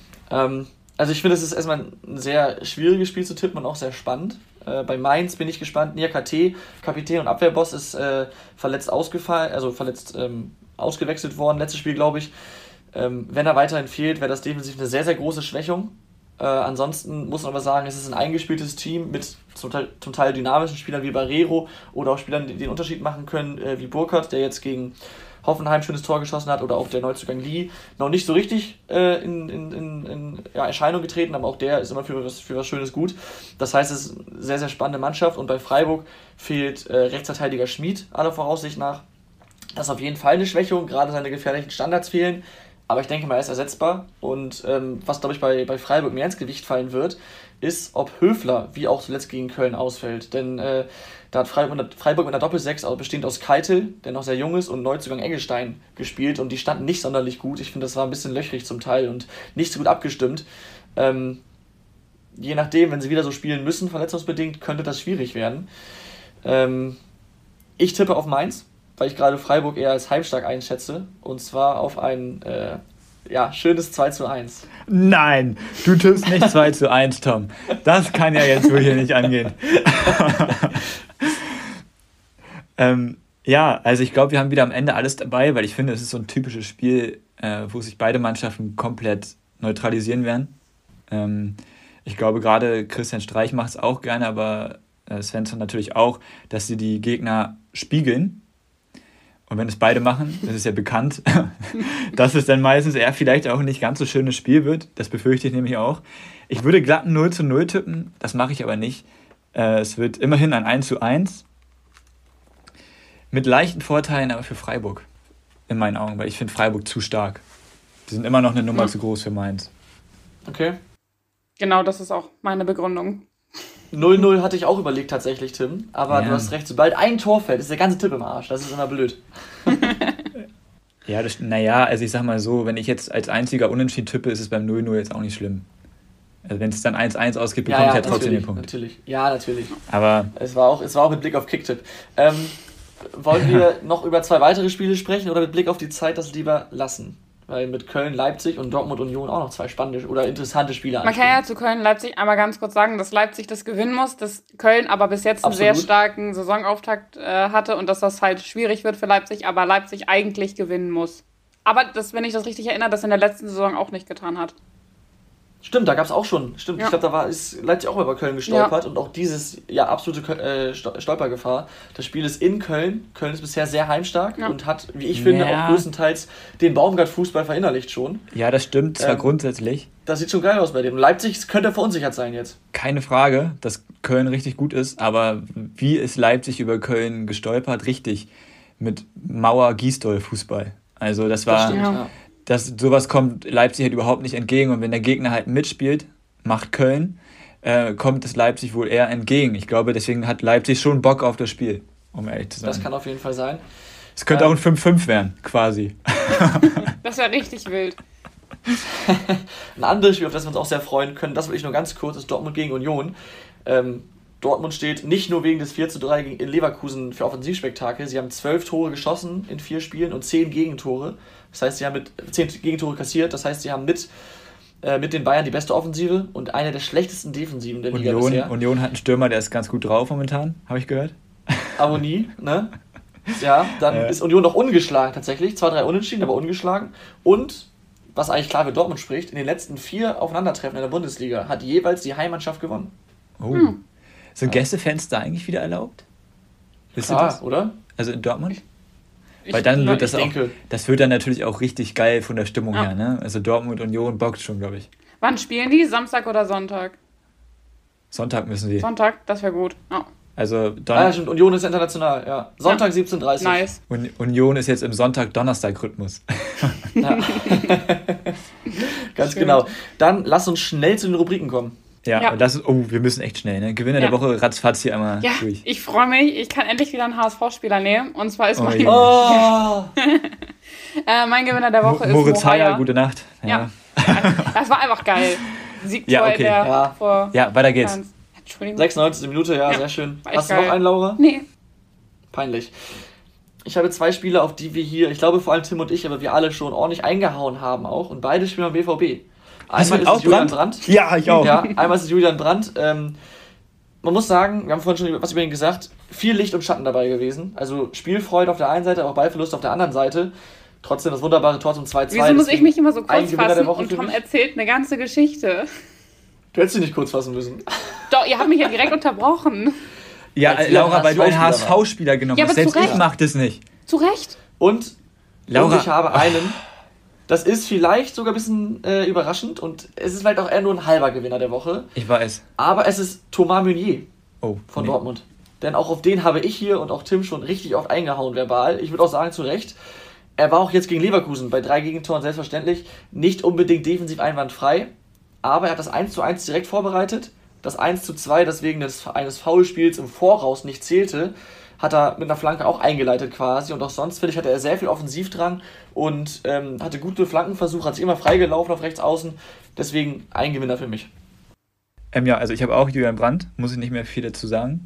Ähm, Also ich finde, es ist erstmal ein sehr schwieriges Spiel zu tippen und auch sehr spannend. Äh, bei Mainz bin ich gespannt. Nia K T, Kapitän und Abwehrboss, ist äh, verletzt ausgefallen, also verletzt ähm, ausgewechselt worden, letztes Spiel, glaube ich. Ähm, wenn er weiterhin fehlt, wäre das defensiv eine sehr, sehr große Schwächung. Äh, ansonsten muss man aber sagen, es ist ein eingespieltes Team mit zum Teil, zum Teil dynamischen Spielern wie Barrero oder auch Spielern, die den Unterschied machen können, äh, wie Burkhardt, der jetzt gegen Hoffenheim schönes Tor geschossen hat, oder auch der Neuzugang Lee, noch nicht so richtig äh, in, in, in, in ja, Erscheinung getreten, aber auch der ist immer für was, für was Schönes gut. Das heißt, es ist eine sehr, sehr spannende Mannschaft, und bei Freiburg fehlt äh, Rechtsverteidiger Schmid, aller Voraussicht nach. Das ist auf jeden Fall eine Schwächung, gerade seine gefährlichen Standards fehlen, aber ich denke mal, er ist ersetzbar. Und ähm, was, glaube ich, bei, bei Freiburg mehr ins Gewicht fallen wird, ist, ob Höfler, wie auch zuletzt gegen Köln, ausfällt. Denn äh, da hat Freiburg, Freiburg mit einer Doppelsechs, also bestehend aus Keitel, der noch sehr jung ist, und Neuzugang Engelstein gespielt, und die standen nicht sonderlich gut. Ich finde, das war ein bisschen löchrig zum Teil und nicht so gut abgestimmt. Ähm, je nachdem, wenn sie wieder so spielen müssen, verletzungsbedingt, könnte das schwierig werden. Ähm, ich tippe auf Mainz, weil ich gerade Freiburg eher als heimstark einschätze, und zwar auf ein äh, ja, schönes zwei zu eins. Nein, du tippst nicht zwei zu eins, Tom. Das kann ja jetzt wohl hier nicht angehen. ähm, ja, also ich glaube, wir haben wieder am Ende alles dabei, weil ich finde, es ist so ein typisches Spiel, äh, wo sich beide Mannschaften komplett neutralisieren werden. Ähm, ich glaube, gerade Christian Streich macht es auch gerne, aber äh, Svensson natürlich auch, dass sie die Gegner spiegeln. Und wenn es beide machen, das ist ja bekannt, dass es dann meistens eher vielleicht auch ein nicht ganz so schönes Spiel wird. Das befürchte ich nämlich auch. Ich würde glatt ein null zu null tippen, das mache ich aber nicht. Äh, es wird immerhin ein eins zu eins. Mit leichten Vorteilen aber für Freiburg, in meinen Augen, weil ich finde Freiburg zu stark. Die sind immer noch eine Nummer ja. zu groß für Mainz. Okay. Genau, das ist auch meine Begründung. null null hatte ich auch überlegt tatsächlich, Tim, aber ja. du hast recht, sobald ein Tor fällt, ist der ganze Tipp im Arsch, das ist immer blöd. ja, das, naja, also ich sag mal so, wenn ich jetzt als einziger Unentschieden tippe, ist es beim null null jetzt auch nicht schlimm. Also wenn es dann eins eins ausgeht, bekomme ja, ja, ich ja trotzdem den Punkt. Natürlich. Ja, natürlich. Aber es war auch, es war auch mit Blick auf Kicktipp. Ähm, wollen wir noch über zwei weitere Spiele sprechen, oder mit Blick auf die Zeit das lieber lassen? weil mit Köln, Leipzig und Dortmund Union auch noch zwei spannende oder interessante Spiele Man kann ja zu Köln, Leipzig einmal ganz kurz sagen, dass Leipzig das gewinnen muss, dass Köln aber bis jetzt einen Absolut. sehr starken Saisonauftakt äh, hatte und dass das halt schwierig wird für Leipzig, aber Leipzig eigentlich gewinnen muss. Aber das, wenn ich das richtig erinnere, das in der letzten Saison auch nicht getan hat. Stimmt, da gab es auch schon. Stimmt, Ja. ich glaube, da war ist Leipzig auch mal bei Köln gestolpert und auch dieses ja absolute äh, Sto- Stolpergefahr. Das Spiel ist in Köln. Köln ist bisher sehr heimstark Ja. und hat, wie ich finde, Ja. auch größtenteils den Baumgart-Fußball verinnerlicht schon. Ja, das stimmt, zwar Ähm, grundsätzlich. Das sieht schon geil aus bei dem. Leipzig könnte verunsichert sein jetzt. Keine Frage, dass Köln richtig gut ist, aber wie ist Leipzig über Köln gestolpert? Richtig, mit Mauer-Gisdol-Fußball. Also das war, stimmt, Ja. ja. das, sowas kommt Leipzig halt überhaupt nicht entgegen und wenn der Gegner halt mitspielt, macht Köln, äh, kommt es Leipzig wohl eher entgegen. Ich glaube, deswegen hat Leipzig schon Bock auf das Spiel, um ehrlich zu sein. Das kann auf jeden Fall sein. Es könnte ähm, auch ein fünf fünf werden, quasi. Das wäre richtig wild. Ein anderes Spiel, auf das wir uns auch sehr freuen können, das will ich nur ganz kurz, ist Dortmund gegen Union. Ähm, Dortmund steht nicht nur wegen des vier zu drei gegen in Leverkusen für Offensivspektakel. Sie haben zwölf Tore geschossen in vier Spielen und zehn Gegentore. Das heißt, sie haben mit zehn Gegentore kassiert. Das heißt, sie haben mit, äh, mit den Bayern die beste Offensive und eine der schlechtesten Defensiven der Liga Union, bisher. Union hat einen Stürmer, der ist ganz gut drauf momentan, habe ich gehört. Abonnie, ne? Ja, dann Ja. ist Union noch ungeschlagen tatsächlich. Zwei, drei Unentschieden, aber ungeschlagen. Und, was eigentlich klar für Dortmund spricht, in den letzten vier Aufeinandertreffen in der Bundesliga hat jeweils die Heimmannschaft gewonnen. Oh. Sind Gästefans da eigentlich wieder erlaubt? Wisst ihr Klar, das? oder? Also in Dortmund? Ich, Weil dann wird das ich auch, denke. das wird dann natürlich auch richtig geil von der Stimmung Ja. her, ne? Also Dortmund, Union bockt schon, glaube ich. Wann spielen die? Samstag oder Sonntag? Sonntag müssen sie. Sonntag, das wäre gut. Oh, Also Ah, ja, Don stimmt. Union ist international, ja. Sonntag siebzehn Uhr dreißig. nice. Un Union ist jetzt im Sonntag-Donnerstag-Rhythmus. Ja. Ganz Schön. genau. Dann lass uns schnell zu den Rubriken kommen. Ja, Ja. und das ist, oh, wir müssen echt schnell, ne? Gewinner Ja. der Woche, ratzfatz hier einmal Ja, durch. ich freue mich. Ich kann endlich wieder einen H S V-Spieler nehmen. Und zwar ist Oh mein, je. Oh! äh, mein Gewinner der Woche Mo- Moritz ist Mo Heyer, Haya. gute Nacht. Ja, Ja. Das war einfach geil. Siegtor Ja, okay. in der Ja. vor ja weiter geht's. Fans. Entschuldigung. sechsundneunzigste Minute, ja, Ja, sehr schön. war echt Hast du noch geil. einen, Laura? Nee. Peinlich. Ich habe zwei Spiele, auf die wir hier, ich glaube vor allem Tim und ich, aber wir alle schon ordentlich eingehauen haben auch. Und beide spielen beim B V B. Hast du Einmal ist auch es Julian Brandt? Brandt. Ja, ich auch. Ja, einmal ist es Julian Brandt. Ähm, man muss sagen, wir haben vorhin schon was über ihn gesagt, viel Licht und Schatten dabei gewesen. Also Spielfreude auf der einen Seite, aber auch Ballverlust auf der anderen Seite. Trotzdem das wunderbare Tor zum zwei zu zwei. Wieso muss ich deswegen mich immer so ein kurz Gewinner der fassen Woche und für Tom mich. erzählt eine ganze Geschichte? Du hättest dich nicht kurz fassen müssen. Doch, ihr habt mich ja direkt unterbrochen. Ja, Als äh, wir Laura, weil du einen H S H S V-Spieler V-Spieler genommen Ja, hast. aber zu Selbst ich Recht. mach das nicht. Zu Recht. Und, Laura. und ich habe einen, das ist vielleicht sogar ein bisschen äh, überraschend und es ist vielleicht auch eher nur ein halber Gewinner der Woche. Ich weiß. Aber es ist Thomas Meunier Oh, von nee. Dortmund. Denn auch auf den habe ich hier und auch Tim schon richtig oft eingehauen verbal. Ich würde auch sagen, zu Recht. Er war auch jetzt gegen Leverkusen bei drei Gegentoren selbstverständlich nicht unbedingt defensiv einwandfrei. Aber er hat das eins zu eins direkt vorbereitet. Das eins zu zwei, das wegen des, eines Foulspiels im Voraus nicht zählte, hat er mit einer Flanke auch eingeleitet quasi. Und auch sonst, finde ich, hatte er sehr viel Offensivdrang und ähm, hatte gute Flankenversuche, hat sich immer freigelaufen auf rechts außen. Deswegen ein Gewinner für mich. Ähm, ja, also ich habe auch Julian Brandt, muss ich nicht mehr viel dazu sagen.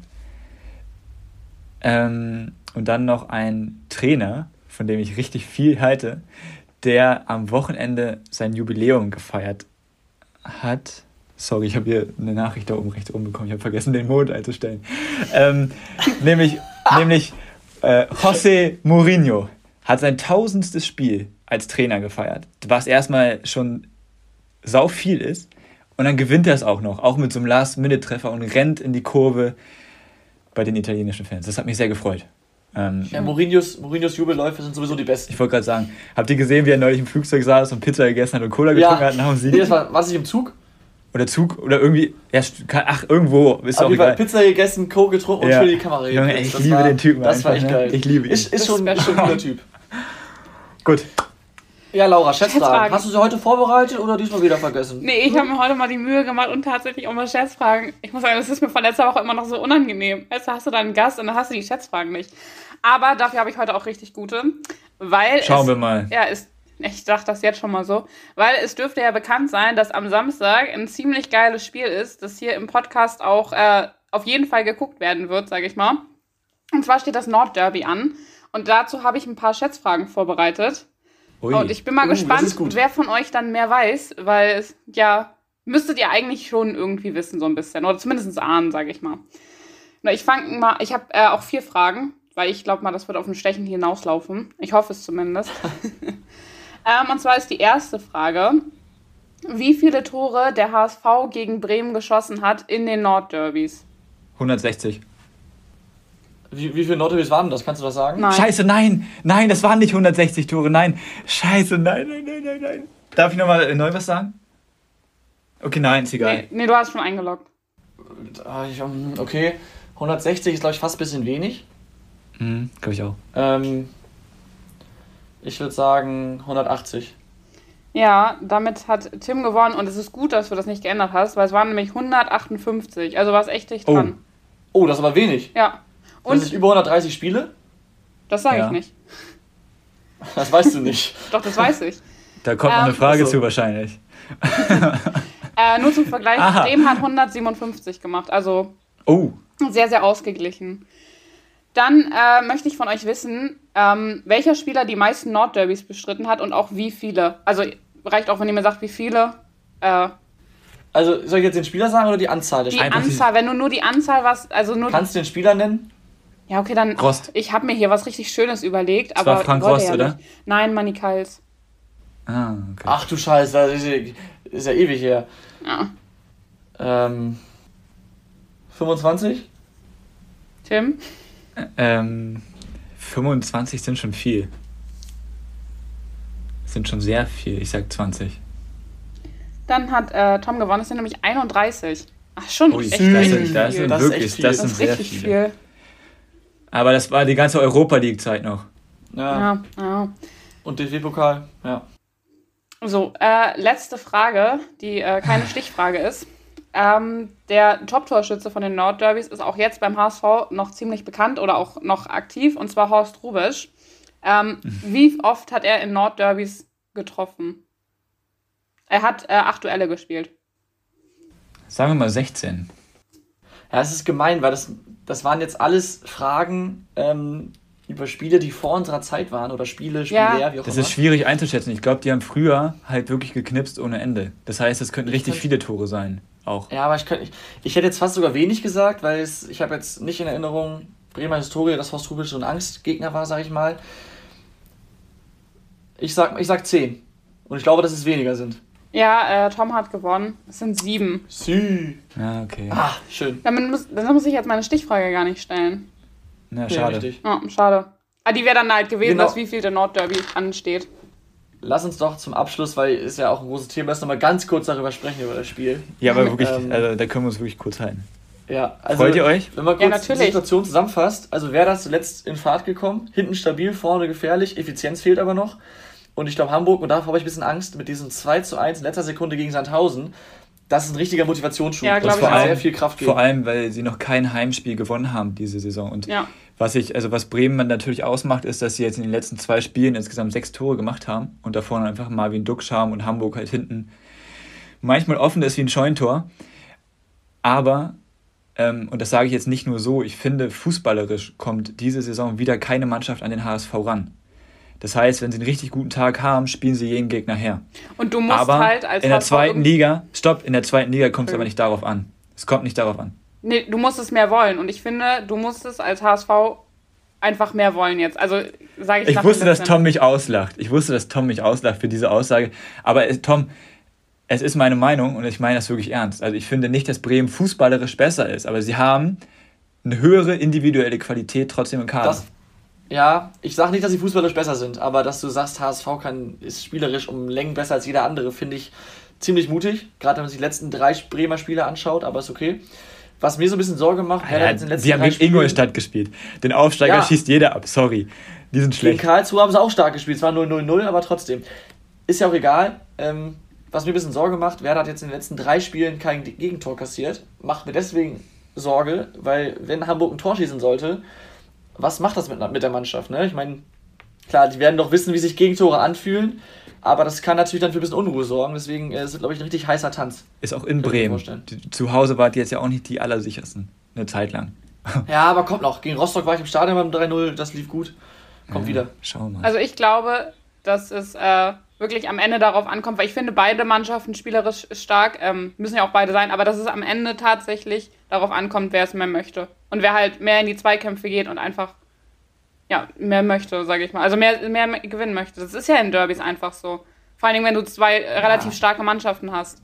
Ähm, und dann noch ein Trainer, von dem ich richtig viel halte, der am Wochenende sein Jubiläum gefeiert hat. Sorry, ich habe hier eine Nachricht da oben rechts oben bekommen. Ich habe vergessen, den Mond einzustellen. Ähm, nämlich nämlich äh, José Mourinho hat sein tausendstes Spiel als Trainer gefeiert, was erstmal schon sau viel ist. Und dann gewinnt er es auch noch, auch mit so einem Last-Minute-Treffer und rennt in die Kurve bei den italienischen Fans. Das hat mich sehr gefreut. Ähm, Ja, Mourinhos, Mourinhos Jubelläufe sind sowieso die besten. ich wollte gerade sagen, habt ihr gesehen, wie er neulich im Flugzeug saß und Pizza gegessen hat und Cola getrunken hat nach dem Sieg? Nee, das war, war es nicht im Zug? Oder Zug oder irgendwie, ja, ach, irgendwo, ist Auf auch jeden Fall egal. Pizza gegessen, Coke getrunken Ja. und für die Kamera Junge, geredet. ich Das liebe war, den Typen Das war einfach, echt ne? geil. Ich liebe ihn. Ist, ist Das schon, ist schon ein guter Typ. Gut. Ja, Laura, Schätzfragen. Schätzfragen. Hast du sie heute vorbereitet oder diesmal wieder vergessen? Nee, ich habe mir heute mal die Mühe gemacht und tatsächlich auch mal Schätzfragen. Ich muss sagen, das ist mir von letzter Woche immer noch so unangenehm. Jetzt hast du da einen Gast und dann hast du die Schätzfragen nicht. Aber dafür habe ich heute auch richtig gute. Weil Schauen es, wir mal. Ja, ist, ich sag das jetzt schon mal so. Weil es dürfte ja bekannt sein, dass am Samstag ein ziemlich geiles Spiel ist, das hier im Podcast auch äh, auf jeden Fall geguckt werden wird, sage ich mal. Und zwar steht das Nordderby an. Und dazu habe ich ein paar Schätzfragen vorbereitet. Ui. Und ich bin mal Uh, das gespannt, ist gut. wer von euch dann mehr weiß, weil es, ja, müsstet ihr eigentlich schon irgendwie wissen, so ein bisschen. Oder zumindest ahnen, sage ich mal. Na, ich fange mal, ich habe äh, auch vier Fragen, weil ich glaube mal, das wird auf ein Stechen hinauslaufen. Ich hoffe es zumindest. ähm, und zwar ist die erste Frage, wie viele Tore der H S V gegen Bremen geschossen hat in den Nordderbys? hundertsechzig. Wie, wie viele Nordderbys waren das? Kannst du das sagen? Nein. Scheiße, nein, nein, das waren nicht hundertsechzig Tore, nein. Scheiße, nein, nein, nein, nein, nein. Darf ich nochmal neu was sagen? Okay, nein, ist egal. Nee, nee, du hast schon eingeloggt. Ah, ich, um, Okay, hundertsechzig ist, glaube ich, fast ein bisschen wenig. Mhm, glaube ich auch. Ähm, ich würde sagen hundertachtzig. Ja, damit hat Tim gewonnen und es ist gut, dass du das nicht geändert hast, weil es waren nämlich hundertachtundfünfzig. Also war es echt dicht Oh. dran. Oh, das ist aber wenig. Ja. Und das Und sind über hundertdreißig Spiele? das sage Ja. ich nicht. Das weißt du nicht. Doch, das weiß ich. Da kommt noch Ähm, eine Frage achso. zu wahrscheinlich. Äh, nur zum Vergleich, Aha. Bremen hat hundertsiebenundfünfzig gemacht, also Oh, sehr, sehr ausgeglichen. Dann äh, möchte ich von euch wissen, ähm, welcher Spieler die meisten Nordderbys bestritten hat und auch wie viele. Also reicht auch, wenn ihr mir sagt, wie viele. Äh, Also, soll ich jetzt den Spieler sagen oder die Anzahl der die Spieler? Einfach die- Anzahl, wenn du nur die Anzahl was, also nur. Kannst du den Spieler nennen? Ja, okay, dann. Rost. Ich habe mir hier was richtig Schönes überlegt, Das aber. war Frank wollte Rost, ja oder? nicht. Nein, Manni Kals. ah, okay. Ach du Scheiße, das ist ja, ist ja ewig her. Ja. Ähm, fünfundzwanzig? Tim? Ähm, fünfundzwanzig sind schon viel. Sind schon sehr viel. Ich sag zwanzig. Dann hat äh, Tom gewonnen, das sind nämlich einunddreißig. Ach, schon Ui, echt das richtig sind, das viel. sind Das ist wirklich, echt viel. das Das sind ist sehr richtig viele. viel. Aber das war die ganze Europa League-Zeit noch. Ja. Ja, ja. Und D F B-Pokal? Ja. So, äh, letzte Frage, die äh, keine Stichfrage ist. Ähm, der Top-Torschütze von den Nordderbys ist auch jetzt beim H S V noch ziemlich bekannt oder auch noch aktiv, und zwar Horst Rubisch. Ähm, wie oft hat er in Nordderbys getroffen? Er hat äh, acht Duelle gespielt. Sagen wir mal sechzehn. Ja, es ist gemein, weil das, das waren jetzt alles Fragen ähm, über Spiele, die vor unserer Zeit waren oder Spiele, Spiele, Ja. wie auch Das immer. ist schwierig einzuschätzen. Ich glaube, die haben früher halt wirklich geknipst ohne Ende. Das heißt, es könnten Ich richtig find- viele Tore sein. Auch. Ja, aber ich, könnte, ich, ich hätte jetzt fast sogar wenig gesagt, weil es, ich habe jetzt nicht in Erinnerung, Bremer Historie, dass Horst Rubisch so ein Angstgegner war, sag ich mal. Ich sag, ich sag zehn. Und ich glaube, dass es weniger sind. Ja, äh, Tom hat gewonnen. Es sind sieben. Sie. Ja, okay. Ah, schön. Damit muss, dann muss ich jetzt meine Stichfrage gar nicht stellen. Na, Nee, schade. richtig. Oh, schade. Ah, die wäre dann halt gewesen, Genau. dass wie viel der Nordderby ansteht. Lass uns doch zum Abschluss, weil ist ja auch ein großes Thema, erst nochmal ganz kurz darüber sprechen, über das Spiel. Ja, aber wirklich, Ähm, also, da können wir uns wirklich kurz halten. Ja, also, Freut ihr euch? Wenn man Ja, kurz die natürlich. Situation zusammenfasst, also wer da zuletzt in Fahrt gekommen, hinten stabil, vorne gefährlich, Effizienz fehlt aber noch. Und ich glaube Hamburg, und davor habe ich ein bisschen Angst, mit diesem zwei zu eins in letzter Sekunde gegen Sandhausen, das ist ein richtiger Motivationsschub. Ja, das glaub kann ich auch. sehr viel Kraft geben. Vor allem, weil sie noch kein Heimspiel gewonnen haben diese Saison. Und Ja. was ich, also was Bremen natürlich ausmacht, ist, dass sie jetzt in den letzten zwei Spielen insgesamt sechs Tore gemacht haben und da vorne einfach Marvin Duksch haben und Hamburg halt hinten manchmal offen ist wie ein Scheunentor. Aber, ähm, und das sage ich jetzt nicht nur so, ich finde, fußballerisch kommt diese Saison wieder keine Mannschaft an den H S V ran. Das heißt, wenn sie einen richtig guten Tag haben, spielen sie jeden Gegner her. Und du musst Aber halt als in der H S V zweiten irgendwie- Liga, stopp, in der zweiten Liga kommt es Okay. aber nicht darauf an. Es kommt nicht darauf an. Nee, du musst es mehr wollen. Und ich finde, du musst es als H S V einfach mehr wollen jetzt. Also sage ich Ich nach wusste, dem dass bisschen. Tom mich auslacht. Ich wusste, dass Tom mich auslacht für diese Aussage. Aber äh, Tom, es ist meine Meinung und ich meine das wirklich ernst. Also ich finde nicht, dass Bremen fußballerisch besser ist, aber sie haben eine höhere individuelle Qualität trotzdem im Kader. Das, ja, ich sage nicht, dass sie fußballerisch besser sind, aber dass du sagst, H S V kann, ist spielerisch um Längen besser als jeder andere, finde ich ziemlich mutig. Gerade wenn man sich die letzten drei Bremer Spiele anschaut, aber ist okay. Was mir so ein bisschen Sorge macht, wer ja, hat jetzt in den letzten die haben drei gegen Ingolstadt gespielt. Den Aufsteiger Ja. schießt jeder ab. Sorry. Die sind Gegen schlecht. Karlsruhe haben sie auch stark gespielt. Es war null null null, aber trotzdem. Ist ja auch egal. Ähm, was mir ein bisschen Sorge macht, Werder hat jetzt in den letzten drei Spielen kein Gegentor kassiert. Macht mir deswegen Sorge, weil wenn Hamburg ein Tor schießen sollte, was macht das mit, mit der Mannschaft? Ne? Ich meine, klar, die werden doch wissen, wie sich Gegentore anfühlen, aber das kann natürlich dann für ein bisschen Unruhe sorgen. Deswegen äh, ist es, glaube ich, ein richtig heißer Tanz. Ist auch in Kann ich mir Bremen. vorstellen. Die- Zu Hause war die jetzt ja auch nicht die allersichersten. Eine Zeit lang. Ja, aber kommt noch. Gegen Rostock war ich im Stadion beim drei null, das lief gut. Kommt Ja, wieder. Schau mal. Also ich glaube, dass es äh, wirklich am Ende darauf ankommt, weil ich finde, beide Mannschaften spielerisch stark, ähm, müssen ja auch beide sein, aber dass es am Ende tatsächlich darauf ankommt, wer es mehr möchte. Und wer halt mehr in die Zweikämpfe geht und einfach ja, mehr möchte, sage ich mal. Also mehr, mehr gewinnen möchte. Das ist ja in Derbys einfach so. Vor allen Dingen, wenn du zwei ja. relativ starke Mannschaften hast.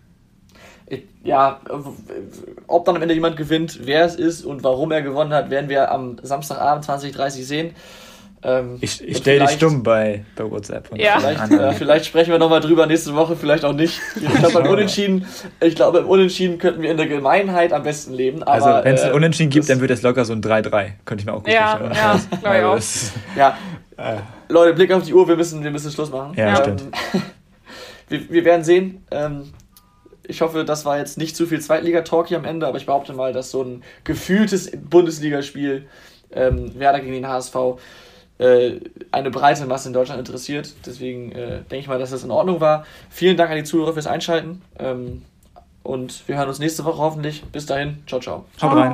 Ja, ob dann am Ende jemand gewinnt, wer es ist und warum er gewonnen hat, werden wir am Samstagabend zwanzig Uhr dreißig sehen. Ähm, ich ich stelle dich stumm bei, bei WhatsApp. Und ja. Vielleicht, äh, vielleicht sprechen wir nochmal drüber nächste Woche, vielleicht auch nicht. Ich glaube, beim Unentschieden, ich glaube, im Unentschieden könnten wir in der Gemeinheit am besten leben. Aber, also, wenn es ein äh, Unentschieden gibt, dann wird es locker so ein drei drei. Könnte ich mir auch gut ja, vorstellen. Ja, glaube ich auch. Also, ja, äh. Leute, Blick auf die Uhr, wir müssen, wir müssen Schluss machen. Ja, ähm, stimmt. wir, wir werden sehen. Ähm, ich hoffe, das war jetzt nicht zu viel Zweitliga-Talk hier am Ende, aber ich behaupte mal, dass so ein gefühltes Bundesligaspiel ähm, Werder gegen den H S V eine breite Masse in Deutschland interessiert. Deswegen äh, denke ich mal, dass das in Ordnung war. Vielen Dank an die Zuhörer fürs Einschalten. Ähm, und wir hören uns nächste Woche hoffentlich. Bis dahin. Ciao, ciao. Haut rein.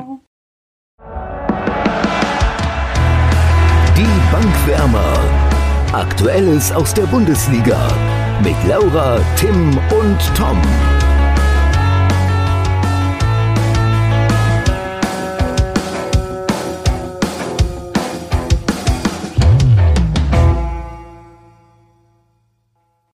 Die Bankwärmer. Aktuelles aus der Bundesliga. Mit Laura, Tim und Tom.